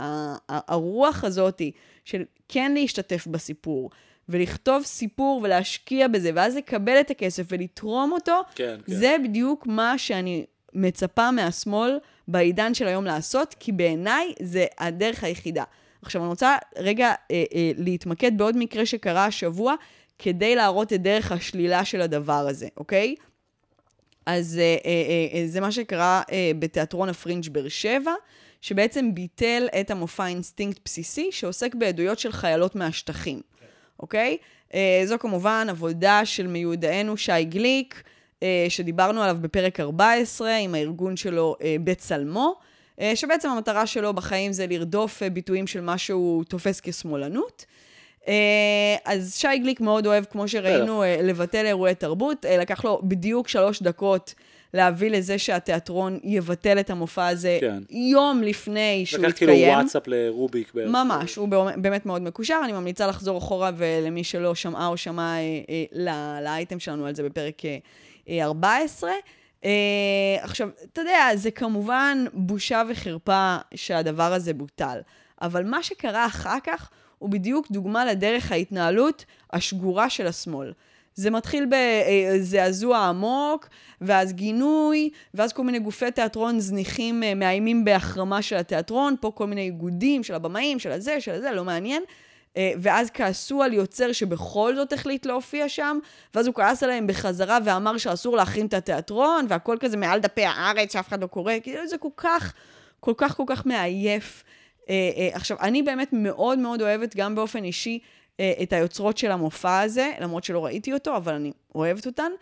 שהרוח הזאת של כן להשתתף בסיפור, ולכתוב סיפור ולהשקיע בזה, ואז לקבל את הכסף ולתרום אותו, כן, כן. זה בדיוק מה שאני מצפה מהשמאל בעידן של היום לעשות, כי בעיניי זה הדרך היחידה. עכשיו, אני רוצה רגע אה, אה, להתמקד בעוד מקרה שקרה השבוע, כדי להראות את דרך השלילה של הדבר הזה, אוקיי? אז אה, אה, אה, זה מה שקרה אה, בתיאטרון הפרינג' באר שבע, שבעצם ביטל את המופע אינסטינקט בסיסי, שעוסק בעדויות של חיילות מהשטחים, okay. אוקיי? אה, זו כמובן עבודה של מיודענו שי גליק, אה, שדיברנו עליו בפרק ארבע עשרה, עם הארגון שלו אה, בצלמו, שבעצם המטרה שלו בחיים זה לרדוף ביטויים של מה שהוא תופס כשמאלנות. אז שי גליק מאוד אוהב, כמו שראינו, לבטל אירועי תרבות. לקח לו בדיוק שלוש דקות להביא לזה שהתיאטרון יבטל את המופע הזה כן. יום לפני שהוא יתקיים. לקח כאילו וואטסאפ לרוביק. בערך. ממש, הוא באמת מאוד מקושר. אני ממליצה לחזור אחורה, ולמי שלא שמעה או שמעה לאייטם שלנו על זה בפרק ארבע עשרה. Uh, עכשיו, אתה יודע, זה כמובן בושה וחרפה שהדבר הזה בוטל, אבל מה שקרה אחר כך הוא בדיוק דוגמה לדרך ההתנהלות השגורה של השמאל. זה מתחיל בזעזוע עמוק, ואז גינוי, ואז כל מיני גופי תיאטרון זניחים מאיימים בהחרמה של התיאטרון, פה כל מיני איגודים של הבמאים, של הזה, של הזה, לא מעניין. ואז כעסו על יוצר שבכל זאת החליט להופיע שם, ואז הוא כעס עליהם בחזרה ואמר שאסור להחרים את התיאטרון, והכל כזה מעל דפי הארץ שאף אחד לא קורא, כאילו זה כל כך, כל כך, כל כך מעייף. עכשיו, אני באמת מאוד מאוד אוהבת גם באופן אישי את היוצרות של המופע הזה, למרות שלא ראיתי אותו, אבל אני אוהבת אותן.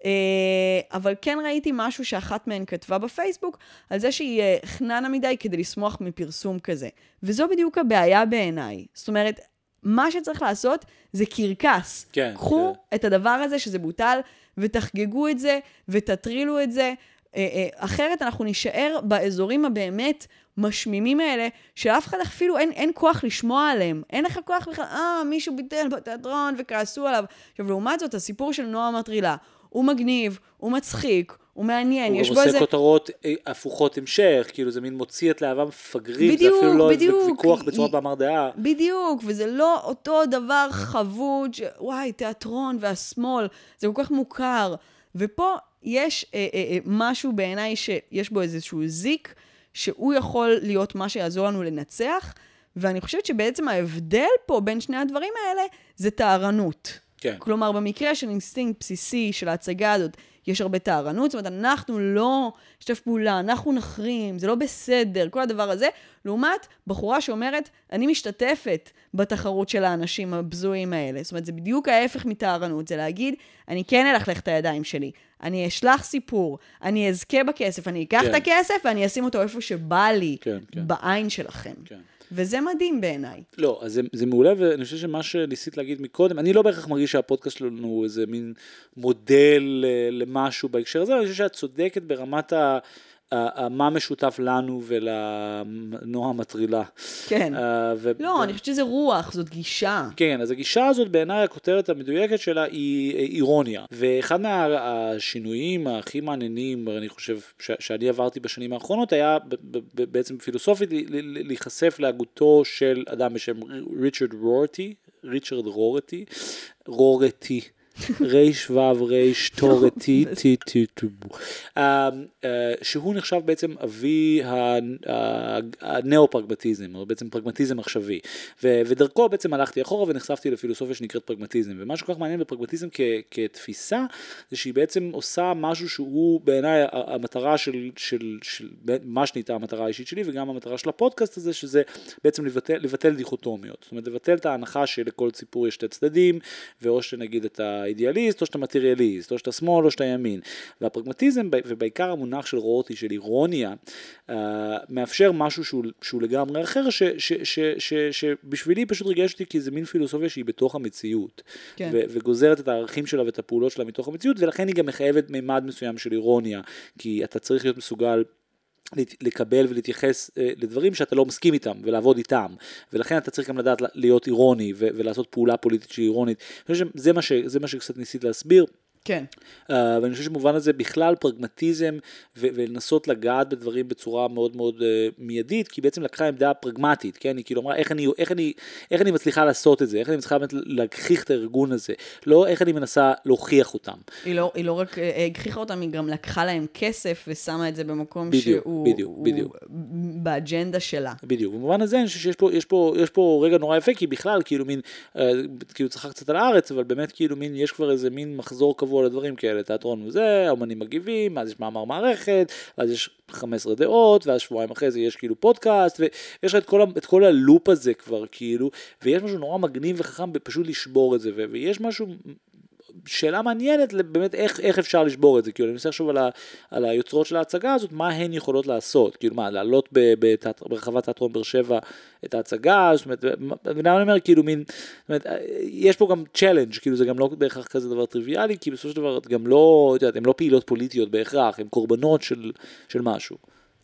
אבל כן ראיתי משהו שאחת מהן כתבה בפייסבוק, על זה שהיא חננה מדי כדי לשמוח מפרסום כזה. וזו בדיוק הבעיה בעיניי. זאת אומרת, מה שצריך לעשות זה קרקס. כן, קחו כן. את הדבר הזה שזה בוטל, ותחגגו את זה, ותטרילו את זה. אחרת אנחנו נשאר באזורים הבאמת משמימים האלה, שאף אחד אפילו אין, אין כוח לשמוע עליהם. אין לך כוח בכלל, אה, מישהו ביטל בתיאטרון וכעסו עליו. עכשיו, לעומת זאת, הסיפור של נועה מטרילה, הוא מגניב, הוא מצחיק, הוא מעניין, הוא יש בו בו איזה... איזה... הוא עושה כותרות הפוכות המשך, כאילו זה מין מוציא את להבה מפגרים, בדיוק, זה אפילו לא בדיוק, ויכוח בצורת מאמר דעה. בדיוק, וזה לא אותו דבר חבוד, ש... וואי, תיאטרון והשמאל, זה כל כך מוכר. ופה יש אה, אה, אה, משהו בעיניי שיש בו איזשהו זיק, שהוא יכול להיות מה שיעזור לנו לנצח, ואני חושבת שבעצם ההבדל פה בין שני הדברים האלה, זה תארנות. כן. כלומר, במקרה של אינסטינקט בסיסי של ההצגה הזאת, יש הרבה תארנות, זאת אומרת, אנחנו לא שתף פעולה, אנחנו נחרים, זה לא בסדר, כל הדבר הזה, לעומת בחורה שאומרת, אני משתתפת בתחרות של האנשים הבזויים האלה. זאת אומרת, זה בדיוק ההפך מתארנות, זה להגיד, אני כן אלכלך את הידיים שלי, אני אשלח סיפור, אני אזכה בכסף, אני אקח כן. את הכסף, ואני אשים אותו איפה שבא לי, כן, כן. בעין שלכם. כן. וזה מדהים בעיניי. לא, אז זה, זה מעולה, ואני חושב שמה שניסית להגיד מקודם, אני לא בהכרח מרגיש שהפודקאסט שלנו הוא איזה מין מודל למשהו בהקשר הזה, אני חושב שאת צודקת ברמת ה... מה משותף לנו ולנועה מטרילה. כן. לא, אני חושבת שזה רוח, זאת גישה. כן, אז הגישה הזאת בעיניי הכותרת המדויקת שלה היא אירוניה. ואחד מהשינויים הכי מעניינים, אני חושב, שאני עברתי בשנים האחרונות, היה בעצם פילוסופית להיחשף להגותו של אדם בשם ריצ'רד רורטי, ריצ'רד רורטי, רורטי. ריש וו ריש תורתי טי טי טו שהוא נחשב בעצם אבי הנאו-פרגמטיזם, או בעצם פרגמטיזם עכשווי, ודרכו בעצם הלכתי אחורה ונחשפתי לפילוסופיה שנקראת פרגמטיזם, ומה שכל כך מעניין בפרגמטיזם כתפיסה, זה שהיא בעצם עושה משהו שהוא בעיניי המטרה של, של, של מה שנהייתה המטרה האישית שלי, וגם המטרה של הפודקאסט הזה, שזה בעצם לבטל, לבטל דיכוטומיות, זאת אומרת לבטל את ההנחה שלכל סיפור יש שתי צדדים, ואו שנגיד את ה אידיאליסט או שאתה מטריאליסט, או שאתה שמאל או שאתה ימין. והפרגמטיזם, ובעיקר המונח של רותי, של אירוניה, מאפשר משהו שהוא, שהוא לגמרי אחר, ש, ש, ש, ש, שבשבילי פשוט ריגש אותי, כי זה מין פילוסופיה שהיא בתוך המציאות, כן. ו, וגוזרת את הערכים שלה ואת הפעולות שלה מתוך המציאות, ולכן היא גם מחייבת מימד מסוים של אירוניה, כי אתה צריך להיות מסוגל לקבל ולהתייחס לדברים שאתה לא מסכים איתם, ולעבוד איתם, ולכן אתה צריך גם לדעת להיות אירוני, ו- ולעשות פעולה פוליטית שהיא אירונית. אני חושב שזה מה, ש- זה מה שקצת ניסית להסביר. כן. Uh, ואני חושב שמובן הזה בכלל פרגמטיזם ו- ולנסות לגעת בדברים בצורה מאוד מאוד uh, מיידית, כי בעצם לקחה עמדה פרגמטית, כן? היא כאילו אמרה איך אני, איך אני, איך אני מצליחה לעשות את זה, איך אני מצליחה באמת להכריח את הארגון הזה, לא איך אני מנסה להוכיח אותם. היא לא, היא לא רק הכריחה אותם, היא גם לקחה להם כסף ושמה את זה במקום בדיוק, שהוא בדיוק, הוא, בדיוק. באג'נדה שלה. בדיוק. במובן הזה אני חושב שיש פה, יש פה, יש פה רגע נורא יפה, כי בכלל כאילו מין, uh, כאילו צחק קצת על הארץ, אבל באמת כאילו מין, יש כבר איזה מין מחזור קבוע לדברים כאלה, תיאטרון וזה, האמנים מגיבים, אז יש מאמר מערכת, ואז יש חמש עשרה דעות, ואז שבועיים אחרי זה יש כאילו פודקאסט, ויש את כל, את כל הלופ הזה כבר כאילו, ויש משהו נורא מגניב וחכם פשוט לשבור את זה, ויש משהו, שאלה מעניינת באמת איך, איך אפשר לשבור את זה, כאילו אני מנסה לחשוב על, ה, על היוצרות של ההצגה הזאת, מה הן יכולות לעשות, כאילו מה, לעלות ברחבת תיאטרון באר שבע את ההצגה, זאת אומרת, ואני אומר כאילו מין, זאת אומרת, יש פה גם צ'לנג', כאילו זה גם לא בהכרח כזה דבר טריוויאלי, כי בסופו של דבר גם לא, את יודעת, הן לא פעילות פוליטיות בהכרח, הן קורבנות של, של משהו.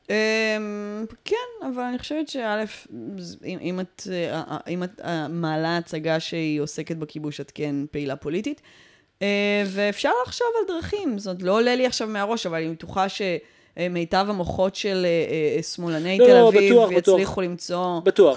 כן, אבל אני חושבת שא', אם את, אם את מעלה הצגה שהיא עוסקת בכיבוש, את כן פעילה פוליטית, ואפשר לחשוב על דרכים, זאת לא עולה לי עכשיו מהראש, אבל אני בטוחה שמיטב המוחות של שמאלני תל אביב יצליחו למצוא... בטוח.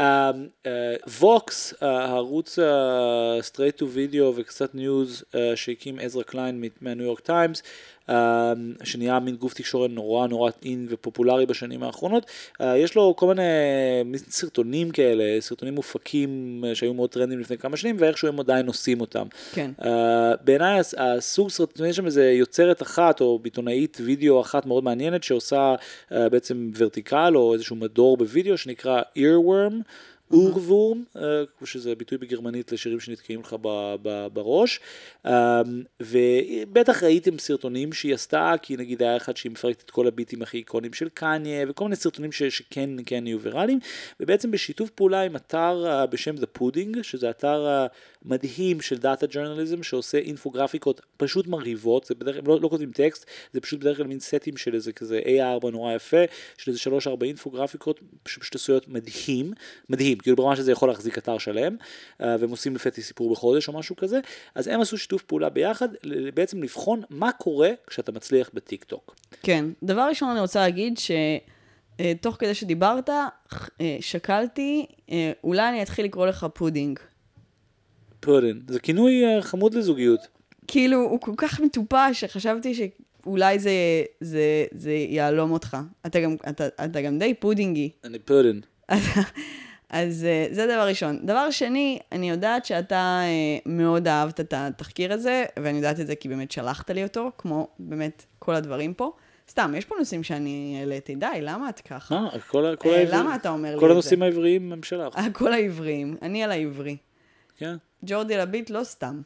ווקס, הערוץ סטרייט טו וידאו וקצת ניוז שהקים עזרא קליין מהניו יורק טיימס, שנהיה מין גוף תקשורת נורא נורא אין ופופולרי בשנים האחרונות, יש לו כל מיני סרטונים כאלה, סרטונים מופקים שהיו מאוד טרנדים לפני כמה שנים, ואיכשהו הם עדיין עושים אותם. כן. בעיניי הסוג סרטונים, יש שם איזה יוצרת אחת, או ביטונאית וידאו אחת מאוד מעניינת, שעושה בעצם ורטיקל, או איזשהו מדור בוידאו, שנקרא Earworm, אורוורם, שזה ביטוי בגרמנית לשירים שנתקעים לך בראש, ובטח ראיתם סרטונים שהיא עשתה, כי נגיד היה אחד שהיא מפרקת את כל הביטים הכי איקונים של קניה, וכל מיני סרטונים שכן כן יהיו ויראליים, ובעצם בשיתוף פעולה עם אתר בשם The Pudding, שזה אתר מדהים של דאטה ג'ורנליזם, שעושה אינפוגרפיקות פשוט מרהיבות, זה בדרך, הם לא, לא כותבים טקסט, זה פשוט בדרך כלל מין סטים של איזה כזה איי ארבע נורא יפה, של איזה שלוש ארבע אינפוגרפיקות, פשוט עשויות מדהים, מדהים, כאילו ברמה שזה יכול להחזיק אתר שלם, והם עושים לפי סיפור בחודש או משהו כזה, אז הם עשו שיתוף פעולה ביחד, בעצם לבחון מה קורה כשאתה מצליח בטיק טוק. כן, דבר ראשון אני רוצה להגיד שתוך כדי שדיברת, שקלתי, אולי אני אתחיל לקרוא לך פודינג. פודינג, זה כינוי חמוד לזוגיות. כאילו, הוא כל כך מטופש, שחשבתי שאולי זה, זה, זה יעלום אותך. אתה גם, אתה, אתה גם די פודינגי. אני פודינג. אז זה דבר ראשון. דבר שני, אני יודעת שאתה מאוד אהבת את התחקיר הזה, ואני יודעת את זה כי באמת שלחת לי אותו, כמו באמת כל הדברים פה. סתם, יש פה נושאים שאני העליתי, די, למה את ככה? אה, כל העבריים. למה אתה אומר לי את זה? כל הנושאים העבריים הם שלך. כל העבריים, אני על העברי. כן. ג'ורדי לביט לא סתם.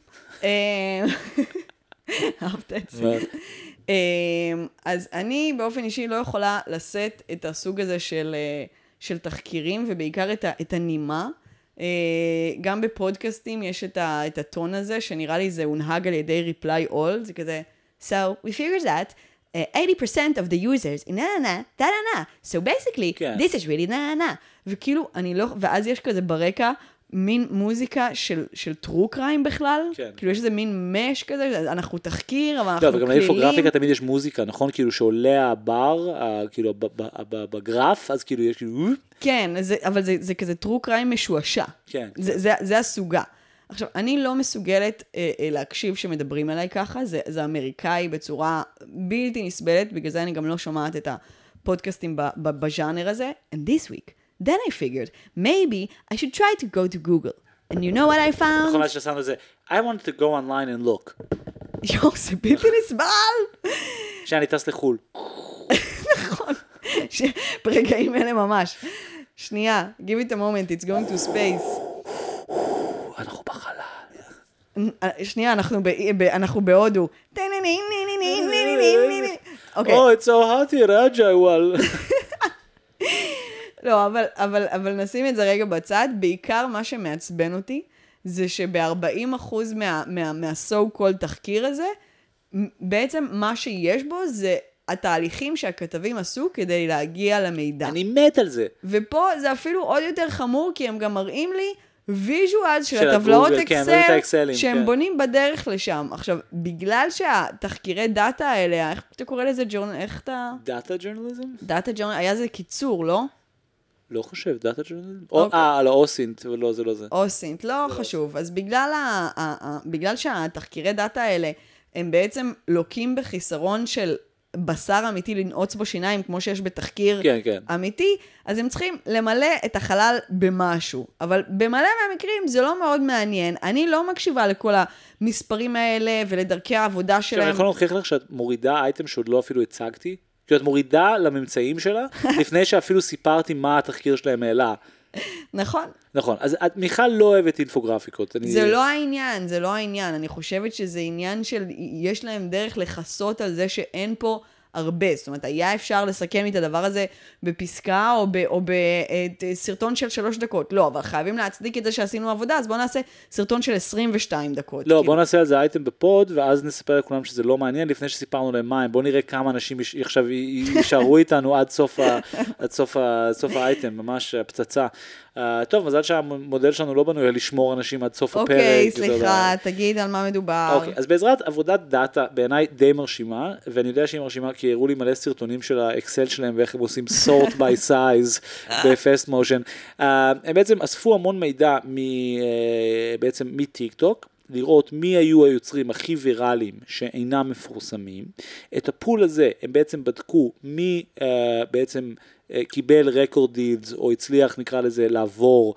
אהבת את זה. אז אני באופן אישי לא יכולה לשאת את הסוג הזה של... של תחקירים, ובעיקר את, ה, את הנימה. גם בפודקאסטים יש את, ה, את הטון הזה, שנראה לי זה הונהג על ידי reply all, זה כזה, so we figured that uh, eighty percent of the users, na na na, da na na, so basically, כן. this is really na na na. וכאילו, אני לא, ואז יש כזה ברקע, מין מוזיקה של, של true crime בכלל, כן. כאילו יש איזה מין מש כזה, אנחנו תחקיר, אבל אנחנו לא, כלילים. וגם לאינפוגרפיקה תמיד יש מוזיקה, נכון? כאילו שעולה הבר, כאילו בגרף, אז כאילו יש כאילו... כן, זה, אבל זה, זה כזה true crime משועשע. כן. זה, זה, זה הסוגה. עכשיו, אני לא מסוגלת אה, אה, להקשיב שמדברים עליי ככה, זה, זה אמריקאי בצורה בלתי נסבלת, בגלל זה אני גם לא שומעת את הפודקאסטים בז'אנר הזה. And this week, then I figured, maybe I should try to go to Google. And you know what I found? נכון, אז ששם לזה, I wanted to go online and look. יו, זה בלתי נסבל. שאני טס לחול. נכון. ברגעים אלה ממש. שנייה, give it a moment, it's going to space. אנחנו בחלל. שנייה, אנחנו בהודו. Oh, it's so hot here, אג'אוואל. לא, אבל, אבל, אבל נשים את זה רגע בצד. בעיקר מה שמעצבן אותי, זה שב-ארבעים אחוז מה, מה, מה-so called תחקיר הזה, בעצם מה שיש בו זה התהליכים שהכתבים עשו כדי להגיע למידע. אני מת על זה. ופה זה אפילו עוד יותר חמור, כי הם גם מראים לי ויז'ואל של הטבלאות אקסל, שהם בונים בדרך לשם. עכשיו, בגלל שהתחקירי דאטה האלה, איך אתה קורא לזה ג'ורנל, איך אתה... דאטה ג'ורנליזם? דאטה ג'ורנל, היה זה קיצור, לא? לא חושב, דאטה ג'ורנליזם? אה, על האוסינט, אבל לא, זה לא זה. אוסינט, לא חשוב. אז בגלל שהתחקירי דאטה האלה, הם בעצם לוקים בחיסרון של בשר אמיתי לנעוץ בו שיניים, כמו שיש בתחקיר כן, כן. אמיתי, אז הם צריכים למלא את החלל במשהו. אבל במלא מהמקרים זה לא מאוד מעניין. אני לא מקשיבה לכל המספרים האלה ולדרכי העבודה שלהם. אני יכול להוכיח לך שאת מורידה אייטם שעוד לא אפילו הצגתי, כי את מורידה לממצאים שלה, לפני שאפילו סיפרתי מה התחקיר שלהם העלה. נכון. נכון, אז את מיכל לא אוהבת אינפוגרפיקות. זה לא העניין, זה לא העניין. אני חושבת שזה עניין של, יש להם דרך לחסות על זה שאין פה הרבה. זאת אומרת, היה אפשר לסכם את הדבר הזה בפסקה או, ב, או בסרטון של שלוש דקות. לא, אבל חייבים להצדיק את זה שעשינו עבודה, אז בואו נעשה סרטון של עשרים ושתיים דקות. לא, כאילו. בואו נעשה על זה אייטם בפוד, ואז נספר לכולם שזה לא מעניין, לפני שסיפרנו להם מים. בואו נראה כמה אנשים עכשיו יישארו איתנו עד סוף, ה, עד סוף, ה, סוף האייטם, ממש פצצה. Uh, טוב, מזל שהמודל שלנו לא בנוי לשמור אנשים עד סוף הפרק. אוקיי, סליחה, תגיד על מה מדובר. אוקיי, אז בעזרת עבודת דאטה, בעיניי די מרשימה, ואני יודע שהיא מרשימה כי הראו לי מלא סרטונים של האקסל שלהם, ואיך הם עושים sort by size ב-fast motion. Uh, הם בעצם אספו המון מידע מ, uh, בעצם מטיק טוק, לראות מי היו היוצרים הכי ויראליים שאינם מפורסמים. את הפול הזה הם בעצם בדקו מי uh, בעצם קיבל רקורד דילס, או הצליח, נקרא לזה, לעבור,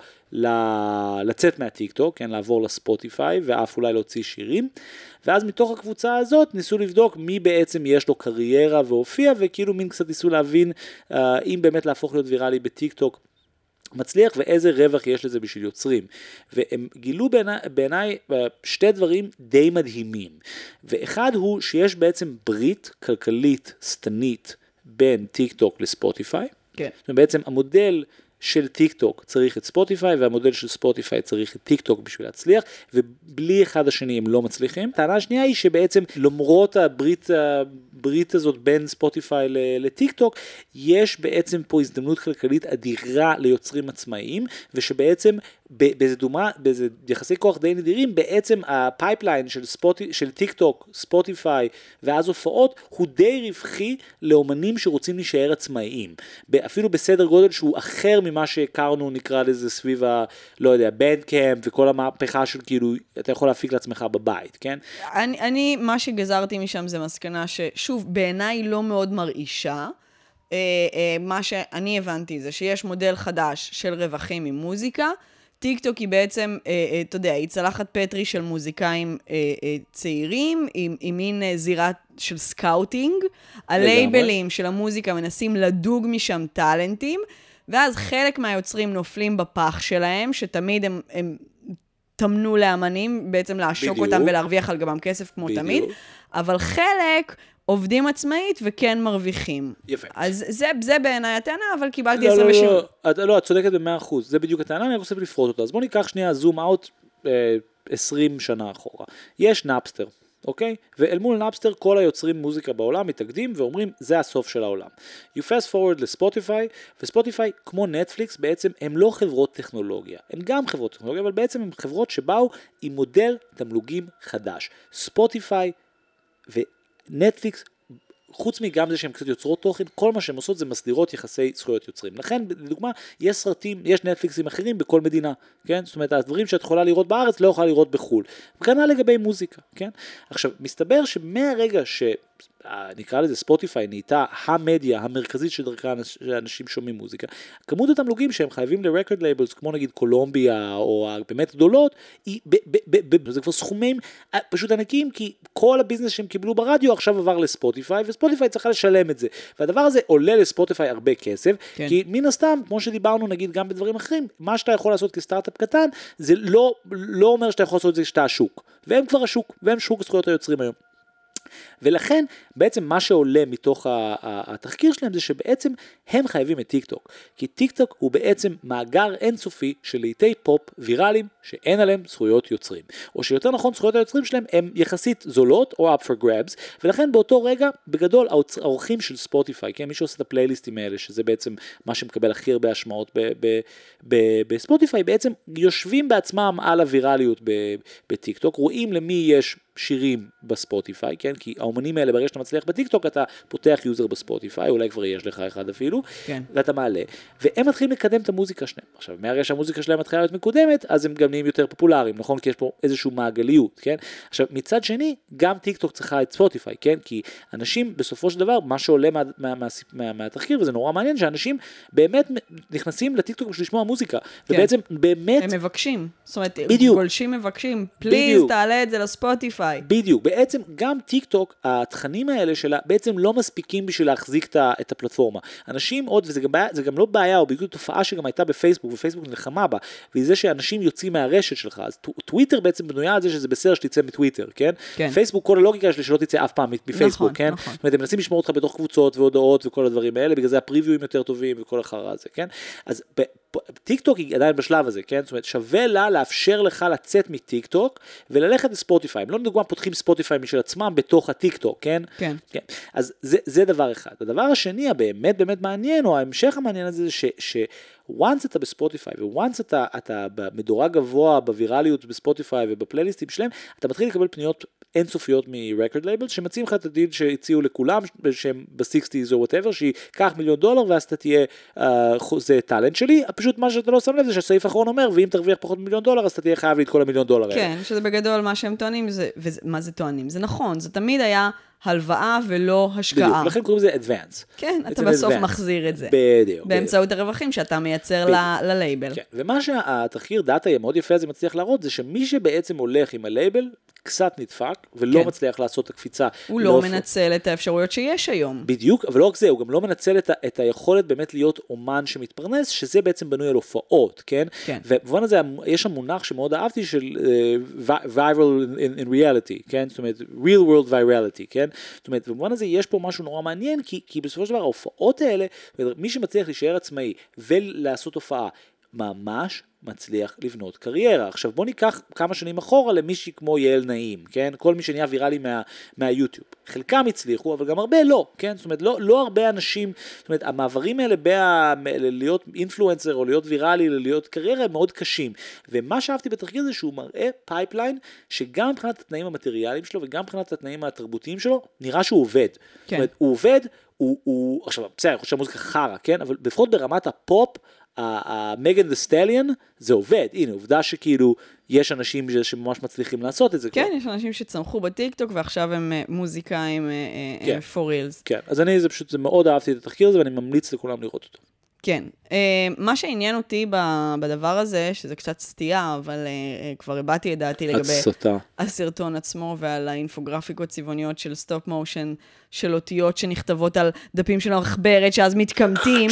לצאת מהטיק טוק, כן, לעבור לספוטיפיי, ואף אולי להוציא שירים, ואז מתוך הקבוצה הזאת ניסו לבדוק מי בעצם יש לו קריירה והופיע, וכאילו מין קצת ניסו להבין uh, אם באמת להפוך להיות ויראלי בטיק טוק מצליח, ואיזה רווח יש לזה בשביל יוצרים. והם גילו בעיניי, בעיניי שתי דברים די מדהימים. ואחד הוא שיש בעצם ברית כלכלית סתנית בין טיק טוק לספוטיפיי. כן. ובעצם המודל של טיק טוק צריך את ספוטיפיי, והמודל של ספוטיפיי צריך את טיק טוק בשביל להצליח, ובלי אחד השני הם לא מצליחים. הטענה השנייה היא שבעצם למרות הברית, הברית הזאת בין ספוטיפיי לטיק טוק, יש בעצם פה הזדמנות כלכלית אדירה ליוצרים עצמאיים, ושבעצם באיזה דומה, באיזה יחסי כוח די נדירים, בעצם הפייפליין של, ספוטי, של טיק טוק, ספוטיפיי ואז הופעות, הוא די רווחי לאומנים שרוצים להישאר עצמאיים. אפילו בסדר גודל שהוא אחר ממה שהכרנו, נקרא לזה סביב ה, לא יודע, בנדקאמפ וכל המהפכה של כאילו, אתה יכול להפיק לעצמך בבית, כן? אני, אני מה שגזרתי משם זה מסקנה ששוב, בעיניי לא מאוד מרעישה. מה שאני הבנתי זה שיש מודל חדש של רווחים ממוזיקה, טיק טוק היא בעצם, אתה יודע, היא צלחת פטרי של מוזיקאים צעירים, עם, עם מין זירה של סקאוטינג, הלייבלים של המוזיקה מנסים לדוג משם טלנטים, ואז חלק מהיוצרים נופלים בפח שלהם, שתמיד הם, הם תמנו לאמנים, בעצם לעשוק בדיוק. אותם ולהרוויח על גבם כסף כמו בדיוק. תמיד, אבל חלק עובדים עצמאית וכן מרוויחים. יפה. אז זה, זה בעיניי הטענה, אבל קיבלתי לא, עשרים ושבע. לא, לא, את, לא, את צודקת ב-מאה אחוז. זה בדיוק הטענה, אני רוצה לפרוט אותה. אז בוא ניקח שנייה זום אאוט אה, עשרים שנה אחורה. יש נאפסטר, אוקיי? ואל מול נאפסטר כל היוצרים מוזיקה בעולם מתאגדים ואומרים, זה הסוף של העולם. You fast forward לספוטיפיי, וספוטיפיי, כמו נטפליקס, בעצם הם לא חברות טכנולוגיה. הם גם חברות טכנולוגיה, אבל בעצם הם חברות שבאו עם מודל תמלוגים חדש. ספוטיפיי ונטפליקס, חוץ מגם זה שהן קצת יוצרות תוכן, כל מה שהן עושות זה מסדירות יחסי זכויות יוצרים. לכן, לדוגמה, יש סרטים, יש נטפליקסים אחרים בכל מדינה, כן? זאת אומרת, הדברים שאת יכולה לראות בארץ, לא יכולה לראות בחול. וכנ"ל לגבי מוזיקה, כן? עכשיו, מסתבר שמהרגע ש... נקרא לזה ספוטיפיי, נהייתה המדיה המרכזית שדרכה אנשים שומעים מוזיקה, כמות התמלוגים שהם חייבים לרקורד לייבלס, כמו נגיד קולומביה, או באמת גדולות, זה כבר סכומים פשוט ענקים, כי כל הביזנס שהם קיבלו ברדיו עכשיו עבר לספוטיפיי, וספוטיפיי צריכה לשלם את זה, והדבר הזה עולה לספוטיפיי הרבה כסף, כן. כי מן הסתם, כמו שדיברנו נגיד גם בדברים אחרים, מה שאתה יכול לעשות כסטארט-אפ קטן, זה לא, לא אומר שאתה יכול לעשות את זה שאתה השוק, והם כבר השוק, והם שוק זכויות היוצרים היום. ולכן בעצם מה שעולה מתוך התחקיר שלהם זה שבעצם הם חייבים את טיק טוק, כי טיק טוק הוא בעצם מאגר אינסופי של לעיתי פופ ויראליים שאין עליהם זכויות יוצרים, או שיותר נכון זכויות היוצרים שלהם הם יחסית זולות או up for grabs, ולכן באותו רגע בגדול האורחים של ספוטיפיי, כן, מי שעושה את הפלייליסטים האלה, שזה בעצם מה שמקבל הכי הרבה השמעות בספוטיפיי, בעצם יושבים בעצמם על הווירליות בטיק טוק, רואים למי יש שירים בספוטיפיי, כן? כי האומנים האלה, ברגע שאתה מצליח בטיקטוק, אתה פותח יוזר בספוטיפיי, אולי כבר יש לך אחד אפילו, כן. ואתה מעלה, והם מתחילים לקדם את המוזיקה שלהם. עכשיו, מהרגע שהמוזיקה שלהם מתחילה להיות מקודמת, אז הם גם נהיים יותר פופולריים, נכון? כי יש פה איזשהו מעגליות, כן? עכשיו, מצד שני, גם טיקטוק צריכה את ספוטיפיי, כן? כי אנשים, בסופו של דבר, מה שעולה מה, מה, מה, מה, מהתחקיר, וזה נורא מעניין, שאנשים באמת נכנסים לטיקטוק בשביל לשמוע מוזיקה, כן. ובעצם באמת... הם מבקשים, זאת אומרת, בדיוק. גולשים מבקשים, פליז, תעלה את זה לספוטיפיי. בדיוק, בעצם גם טיק טוק, התכנים האלה שלה בעצם לא מספיקים בשביל להחזיק את הפלטפורמה. אנשים עוד, וזה גם, בעיה, זה גם לא בעיה, או בגלל תופעה שגם הייתה בפייסבוק, ופייסבוק נלחמה בה, והיא זה שאנשים יוצאים מהרשת שלך, אז טוויטר בעצם בנויה על זה שזה בסדר שתצא מטוויטר, כן? כן. פייסבוק, כל הלוגיקה שלי שלא תצא אף פעם מפייסבוק, נכון, כן? נכון. זאת אומרת, הם מנסים לשמור אותך בתוך קבוצות והודעות וכל הדברים האלה, בגלל זה הפריוויואים יותר טובים וכל החרא הזה, כן? אז טיק טוק היא עדיין בשלב הזה, כן? זאת אומרת, שווה לה לאפשר לך לצאת מטיק טוק וללכת לספוטיפיי. הם לא לדוגמה פותחים ספוטיפיי משל עצמם בתוך הטיק טוק, כן? כן. כן. אז זה, זה דבר אחד. הדבר השני, הבאמת באמת מעניין, או ההמשך המעניין הזה, ש, ש once אתה בספוטיפיי, ו-once אתה, אתה במדורג גבוה, בווירליות בספוטיפיי ובפלייליסטים שלהם, אתה מתחיל לקבל פניות אינסופיות מרקורד לייבל, שמציעים לך את הדיל שהציעו לכולם, שהם ב-שישים או whatever, שיקח מיליון דולר, ואז אתה תהיה, uh, זה טלנט שלי, פשוט מה שאתה לא שם לב זה שהסעיף האחרון אומר, ואם תרוויח פחות ממיליון דולר, אז אתה תהיה חייב לי את כל המיליון דולר האלה. כן, שזה בגדול מה שהם טוענים, זה, ומה זה טוענים? זה נכון, זה תמיד היה הלוואה ולא השקעה. בדיוק, לכן קוראים לזה advance. כן, אתה בסוף מחזיר את זה. בדיוק. באמצעות הרווחים שאתה מייצר ללייבל. כן, ומה שהתחקיר דאטה יהיה מאוד יפה, זה מצליח להראות, זה שמי שבעצם הולך עם הלייבל, קצת נדפק, ולא כן. מצליח לעשות את הקפיצה. הוא לא מנצל את האפשרויות שיש היום. בדיוק, אבל לא רק זה, הוא גם לא מנצל את, את היכולת באמת להיות אומן שמתפרנס, שזה בעצם בנוי על הופעות, כן? כן. ובמובן הזה, יש שם מונח שמאוד אהבתי של uh, viral in, in reality, כן? זאת אומרת, real world virality, כן? זאת אומרת, במובן הזה יש פה משהו נורא מעניין, כי, כי בסופו של דבר, ההופעות האלה, מי שמצליח להישאר עצמאי ולעשות הופעה, ממש מצליח לבנות קריירה. עכשיו בוא ניקח כמה שנים אחורה למישהי כמו יעל נעים, כן? כל מי שנהיה ויראלי מה, מהיוטיוב. חלקם הצליחו, אבל גם הרבה לא, כן? זאת אומרת, לא, לא הרבה אנשים, זאת אומרת, המעברים האלה בה, להיות אינפלואנסר או להיות ויראלי, להיות קריירה, הם מאוד קשים. ומה שאהבתי בתחקיר זה שהוא מראה פייפליין, שגם מבחינת התנאים המטריאליים שלו, וגם מבחינת התנאים התרבותיים שלו, נראה שהוא עובד. כן. זאת אומרת, הוא עובד, הוא, הוא, עכשיו, בסדר, אני חושב שהמוזיקה חרה, כן? אבל לפחות ברמת הפופ, המגן דה סטליאן זה עובד, הנה עובדה שכאילו יש אנשים שממש מצליחים לעשות את זה. כן, יש אנשים שצמחו בטיקטוק ועכשיו הם מוזיקאים for reals. כן, אז אני זה פשוט, זה מאוד אהבתי את התחקיר הזה ואני ממליץ לכולם לראות אותו. כן, מה שעניין אותי בדבר הזה, שזה קצת סטייה, אבל כבר הבאתי את דעתי לגבי הסרטון עצמו ועל האינפוגרפיקות צבעוניות של סטופ מושן, של אותיות שנכתבות על דפים של המחברת שאז מתקמטים.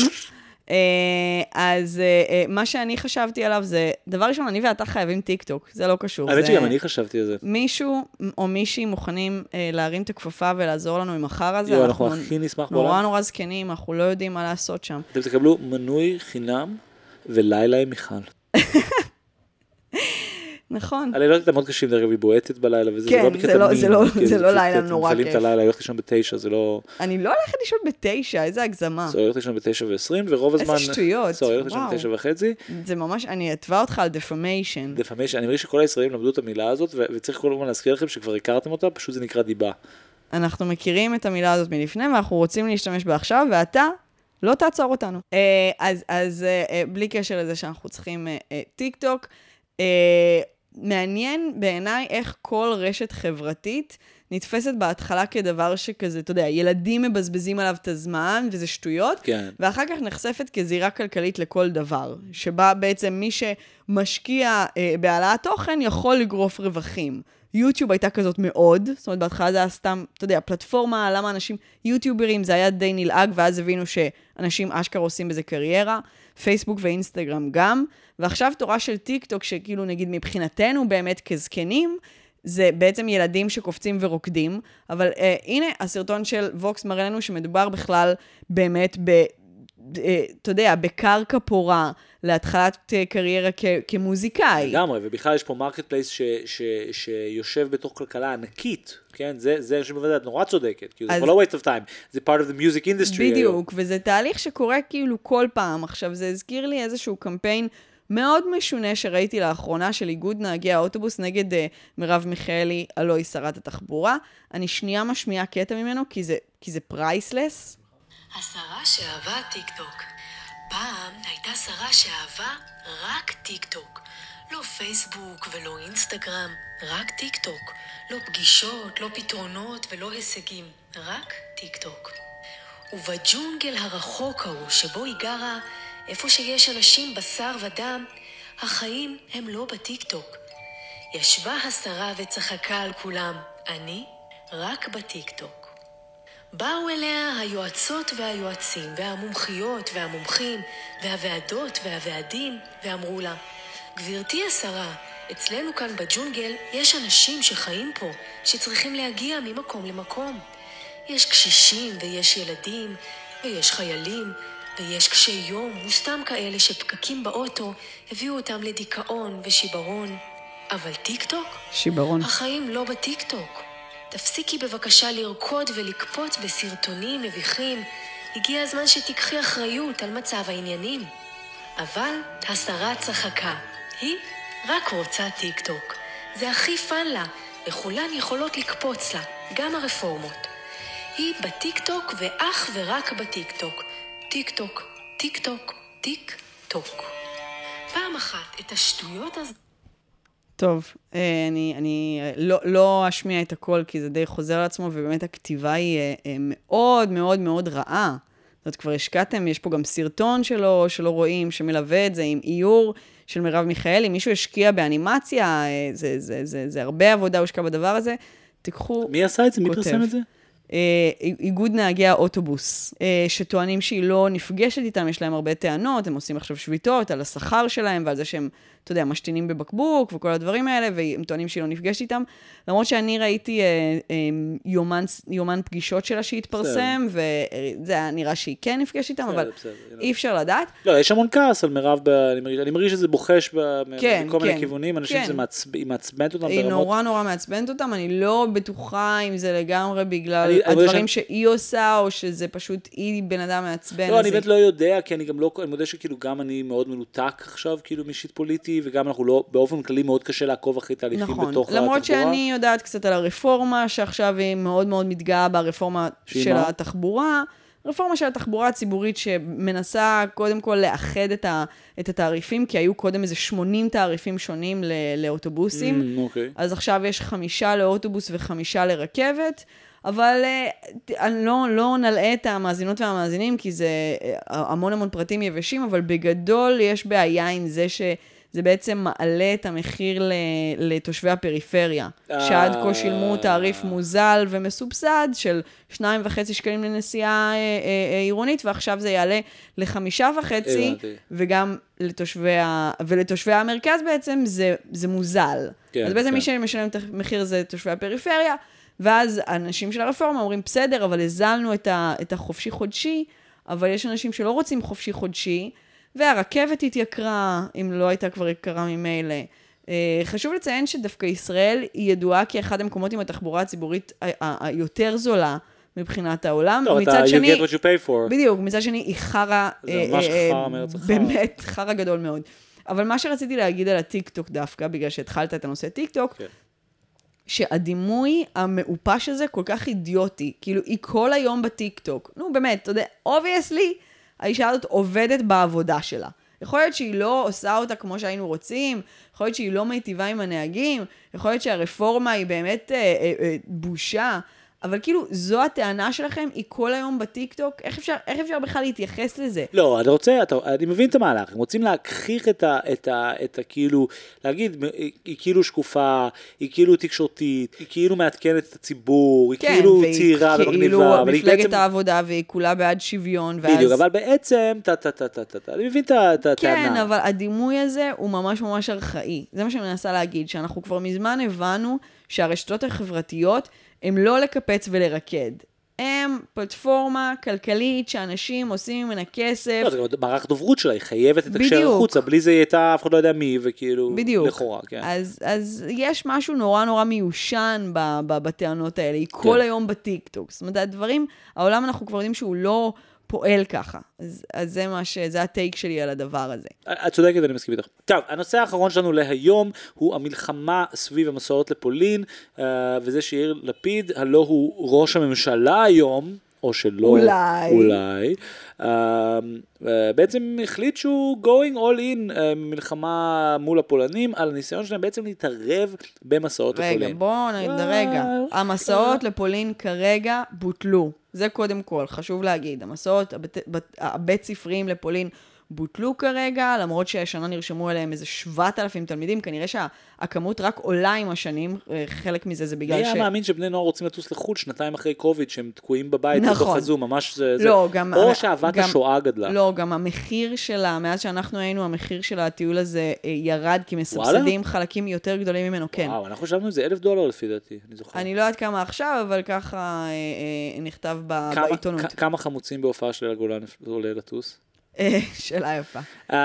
אז מה שאני חשבתי עליו זה, דבר ראשון, אני ואתה חייבים טיק טוק, זה לא קשור. האמת שגם אני חשבתי על זה. מישהו או מישהי מוכנים להרים את הכפפה ולעזור לנו עם החר הזה. יו, אנחנו הכי נשמח בעולם. נורא נורא זקנים, אנחנו לא יודעים מה לעשות שם. אתם תקבלו מנוי חינם ולילה עם מיכל. נכון. הלילות הייתה מאוד קשים, דרך היא בועטת בלילה, וזה לא בקטע מין. כן, זה לא לילה נורא כיף. מבלים את הלילה, היא הולכת לישון בתשע, זה לא... אני לא הולכת לישון בתשע, איזה הגזמה. היא הולכת לישון בתשע ועשרים, ורוב הזמן... איזה שטויות. היא הולכת לישון בתשע וחצי. זה ממש, אני אתבע אותך על דפמיישן. דפמיישן, אני מרגיש שכל הישראלים למדו את המילה הזאת, וצריך כל הזמן להזכיר לכם שכבר הכרתם אותה, פשוט זה נקרא דיבה. אנחנו מכירים את המילה הזאת מלפני, ואנחנו רוצים להשתמש בה עכשיו, ואתה לא תעצור אותנו. אז, אז בלי קשר לזה שאנחנו צריכים טיק טוק, מעניין בעיניי איך כל רשת חברתית נתפסת בהתחלה כדבר שכזה, אתה יודע, ילדים מבזבזים עליו את הזמן, וזה שטויות, כן. ואחר כך נחשפת כזירה כלכלית לכל דבר, שבה בעצם מי שמשקיע אה, בהעלאת תוכן יכול לגרוף רווחים. יוטיוב הייתה כזאת מאוד, זאת אומרת, בהתחלה זה היה סתם, אתה יודע, פלטפורמה, למה אנשים, יוטיוברים, זה היה די נלעג, ואז הבינו שאנשים אשכרה עושים בזה קריירה, פייסבוק ואינסטגרם גם, ועכשיו תורה של טיק טוק, שכאילו נגיד מבחינתנו באמת כזקנים, זה בעצם ילדים שקופצים ורוקדים, אבל אה, הנה הסרטון של ווקס מראה לנו שמדובר בכלל באמת ב... אתה יודע, בקרקע פורה להתחלת קריירה כ- כמוזיקאי. לגמרי, ובכלל יש פה מרקט פלייס ש- ש- שיושב בתוך כלכלה ענקית, כן? זה, זה שבוודאי, את נורא צודקת, כי זה כבר לא waste of time, זה part of the music industry. בדיוק, היום. וזה תהליך שקורה כאילו כל פעם. עכשיו, זה הזכיר לי איזשהו קמפיין מאוד משונה שראיתי לאחרונה של איגוד נהגי האוטובוס נגד uh, מרב מיכאלי, הלוא היא שרת התחבורה. אני שנייה משמיעה קטע ממנו, כי זה, כי זה פרייסלס. השרה שאהבה טיק טוק. פעם הייתה שרה שאהבה רק טיק טוק. לא פייסבוק ולא אינסטגרם, רק טיק טוק. לא פגישות, לא פתרונות ולא הישגים, רק טיק טוק. ובג'ונגל הרחוק ההוא שבו היא גרה, איפה שיש אנשים בשר ודם, החיים הם לא בטיק טוק. ישבה השרה וצחקה על כולם, אני רק בטיק טוק. באו אליה היועצות והיועצים, והמומחיות והמומחים, והוועדות והוועדים, ואמרו לה, גברתי השרה, אצלנו כאן בג'ונגל יש אנשים שחיים פה, שצריכים להגיע ממקום למקום. יש קשישים ויש ילדים, ויש חיילים, ויש קשי יום, וסתם כאלה שפקקים באוטו, הביאו אותם לדיכאון ושיברון. אבל טיק טוק? שיברון. החיים לא בטיק טוק. תפסיקי בבקשה לרקוד ולקפוץ בסרטונים מביכים. הגיע הזמן שתיקחי אחריות על מצב העניינים. אבל השרה צחקה. היא רק רוצה טיק טוק. זה הכי פן לה, וכולן יכולות לקפוץ לה, גם הרפורמות. היא בטיק טוק ואך ורק בטיק טוק. טיק טוק, טיק טוק, טיק טוק. פעם אחת את השטויות הזאת... טוב, אני, אני לא, לא אשמיע את הכל, כי זה די חוזר על עצמו, ובאמת הכתיבה היא מאוד מאוד מאוד רעה. זאת אומרת, כבר השקעתם, יש פה גם סרטון שלו, שלא רואים, שמלווה את זה עם איור של מרב מיכאלי. מישהו השקיע באנימציה, זה, זה, זה, זה הרבה עבודה הושקע בדבר הזה. תיקחו... מי עשה את זה? מי פרסם את זה? איגוד נהגי האוטובוס, שטוענים שהיא לא נפגשת איתם, יש להם הרבה טענות, הם עושים עכשיו שביתות על השכר שלהם ועל זה שהם, אתה יודע, משתינים בבקבוק וכל הדברים האלה, והם טוענים שהיא לא נפגשת איתם, למרות שאני ראיתי יומן, יומן פגישות שלה שהתפרסם, וזה היה נראה שהיא כן נפגשת איתם, אבל אי אפשר לדעת. לא, יש המון כעס על מרב, אני מרגיש שזה בוחש בכל מיני כיוונים, אנשים היא מעצבנת אותם ברמות. היא נורא נורא מעצבנת אותם, אני לא בטוחה אם זה לגמרי בגלל הדברים שהיא עושה, או שזה פשוט היא בן אדם מעצבן. לא, אני באמת לא יודע, כי אני גם לא, אני מודה שכאילו גם אני מאוד מנותק עכשיו, כאילו משית פוליטי, וגם אנחנו לא, באופן כללי מאוד קשה לעקוב אחרי תהליכים בתוך התחבורה. למרות שאני יודעת קצת על הרפורמה, שעכשיו היא מאוד מאוד מתגאה ברפורמה של התחבורה, רפורמה של התחבורה הציבורית שמנסה קודם כל לאחד את, ה, את התעריפים, כי היו קודם איזה שמונים תעריפים שונים לאוטובוסים, mm, okay. אז עכשיו יש חמישה לאוטובוס וחמישה לרכבת, אבל אני לא, לא נלאה את המאזינות והמאזינים, כי זה המון המון פרטים יבשים, אבל בגדול יש בעיה עם זה שזה בעצם מעלה את המחיר לתושבי הפריפריה, שעד כה שילמו תעריף מוזל ומסובסד של שניים וחצי שקלים לנסיעה עירונית, ועכשיו זה יעלה לחמישה וחצי, וגם לתושבי, ולתושבי המרכז בעצם זה, זה מוזל. כן, אז בעצם כן. מי שמשלם את המחיר זה תושבי הפריפריה, ואז האנשים של הרפורמה אומרים, בסדר, אבל הזלנו את, ה, את החופשי חודשי, אבל יש אנשים שלא רוצים חופשי חודשי, והרכבת התייקרה, אם לא הייתה כבר יקרה ממילא. חשוב לציין שדווקא ישראל היא ידועה כאחד המקומות עם התחבורה הציבורית היותר זולה מבחינת העולם. לא, אתה, שני, you get what you pay for. בדיוק, מצד שני היא חרה, זה ממש חרה מארץ החרה. באמת, חרה גדול מאוד. אבל מה שרציתי להגיד על הטיק-טוק דווקא, בגלל שהתחלת את הנושא טיק-טוק, okay. שהדימוי המאופש הזה כל כך אידיוטי, כאילו היא כל היום בטיק-טוק, נו באמת, אתה יודע, obviously, האישה הזאת עובדת בעבודה שלה. יכול להיות שהיא לא עושה אותה כמו שהיינו רוצים, יכול להיות שהיא לא מיטיבה עם הנהגים, יכול להיות שהרפורמה היא באמת אה, אה, אה, בושה, אבל כאילו, זו הטענה שלכם, היא כל היום בטיקטוק, איך אפשר, איך אפשר בכלל להתייחס לזה? לא, אני רוצה, אתה, אני מבין את המהלך, הם רוצים להכחיך את ה, את ה, את ה, כאילו, להגיד, היא כאילו שקופה, היא כאילו תקשורתית, היא כאילו מעדכנת את הציבור, היא כן, כאילו צעירה ומגניבה. כאילו, מפלגת בעצם... העבודה, והיא כולה בעד שוויון, ואז... בדיוק, אבל בעצם, ת, ת, ת, ת, ת, ת, אני מבין את הטענה. כן, אבל הדימוי הזה הוא ממש ממש ארכאי. זה מה שאני מנסה להגיד, שאנחנו כבר מזמן הבנו שהרשתות החברתיות הם לא לקפץ ולרקד. הם פלטפורמה כלכלית שאנשים עושים ממנה כסף. לא, זה גם מערך דוברות שלה, היא חייבת את הקשר החוצה, בלי זה היא הייתה, אף אחד לא יודע מי, וכאילו, בדיוק. לכאורה, כן. אז, אז יש משהו נורא נורא מיושן ב, ב, בטענות האלה, היא כל כן. היום בטיקטוק. זאת אומרת, הדברים, העולם אנחנו כבר יודעים שהוא לא פועל ככה. אז, אז זה מה ש... זה הטייק שלי על הדבר הזה. את צודקת, אני מסכים איתך. טוב, הנושא האחרון שלנו להיום הוא המלחמה סביב המסעות לפולין, וזה שיאיר לפיד, הלא הוא ראש הממשלה היום, או שלא, אולי, אולי uh, uh, בעצם החליט שהוא going all in uh, מלחמה מול הפולנים, על הניסיון שלהם בעצם להתערב במסעות רגע, לפולין. רגע, בואו נגיד, רגע. המסעות לפולין כרגע בוטלו. זה קודם כל, חשוב להגיד. המסעות הבית ספריים לפולין בוטלו כרגע, למרות שהשנה נרשמו אליהם איזה שבעת אלפים תלמידים, כנראה שהכמות רק עולה עם השנים, חלק מזה זה בגלל ש... מי היה מאמין שבני נוער רוצים לטוס לחו"ל שנתיים אחרי קוביד, שהם תקועים בבית, נכון. בתוך הזום, ממש זה... לא, גם... או שאהבת גם... השואה גדלה. לא, גם המחיר שלה, מאז שאנחנו היינו, המחיר של הטיול הזה ירד, כי מסבסדים חלקים יותר גדולים ממנו, כן. וואו, אנחנו חשבנו את זה אלף דולר לפי דעתי, אני זוכר. אני לא יודעת כמה עכשיו, אבל ככה אה, אה, נכתב ב... כמה, בעיתונות. כ- כמה חמוצים בהופעה של הגולן עולה לטוס? שאלה יפה.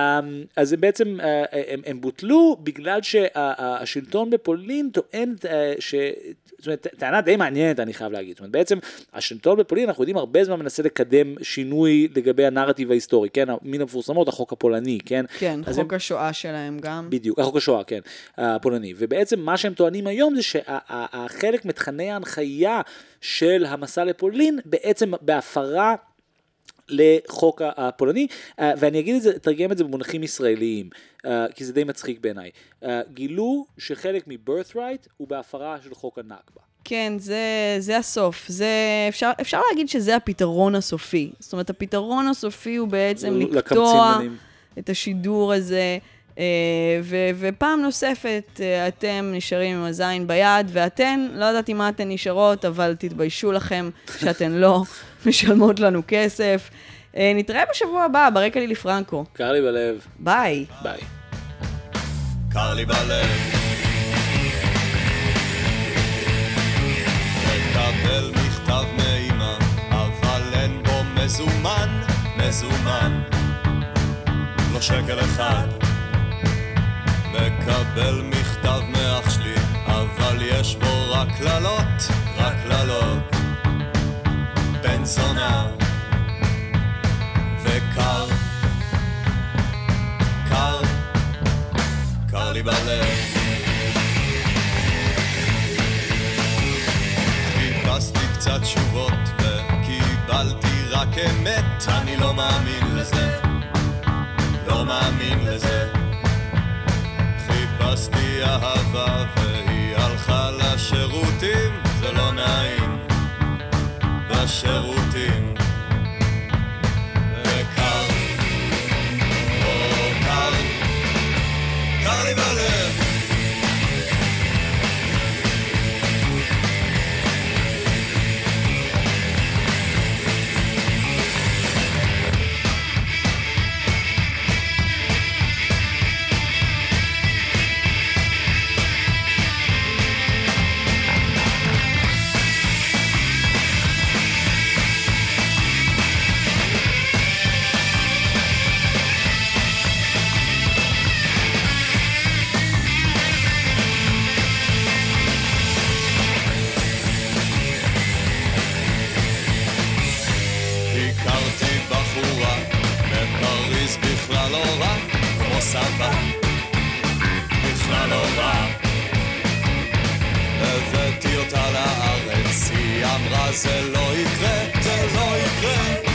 אז בעצם הם, הם בוטלו בגלל שהשלטון בפולין טוען ש... זאת אומרת, טענה די מעניינת, אני חייב להגיד. זאת אומרת, בעצם השלטון בפולין, אנחנו יודעים הרבה זמן מנסה לקדם שינוי לגבי הנרטיב ההיסטורי, כן? מן המפורסמות, החוק הפולני, כן? כן, חוק הם... השואה שלהם גם. בדיוק, החוק השואה, כן, הפולני. ובעצם מה שהם טוענים היום זה שהחלק מתכני ההנחיה של המסע לפולין, בעצם בהפרה לחוק הפולני, ואני אגיד את זה, תרגם את זה במונחים ישראליים, כי זה די מצחיק בעיניי. גילו שחלק מ-birthright הוא בהפרה של חוק הנכבה. כן, זה, זה הסוף. זה, אפשר, אפשר להגיד שזה הפתרון הסופי. זאת אומרת, הפתרון הסופי הוא בעצם לקטוע את השידור הזה, ו, ופעם נוספת אתם נשארים עם הזין ביד, ואתן, לא יודעת אם אתן נשארות, אבל תתביישו לכם שאתן לא משלמות לנו כסף. נתראה בשבוע הבא, ברקע לי לפרנקו. קר לי בלב. ביי. ביי. קר לי בלב. מקבל מכתב מאמא, אבל אין בו מזומן, מזומן. לא שקל אחד. מקבל מכתב מאח שלי, אבל יש בו רק קללות, רק קללות. בן זונה וקר, קר, קר לי בלב. חיפשתי קצת תשובות וקיבלתי רק אמת. אני לא מאמין לזה, לא מאמין לזה. חיפשתי אהבה והיא הלכה לשירותים, זה לא נעים בשירותים. וקר, או קר, קר לי בלב. בכלל לא רע, כמו סבא, בכלל לא רע. הבאתי אותה לארץ, היא אמרה זה לא יקרה, זה לא יקרה.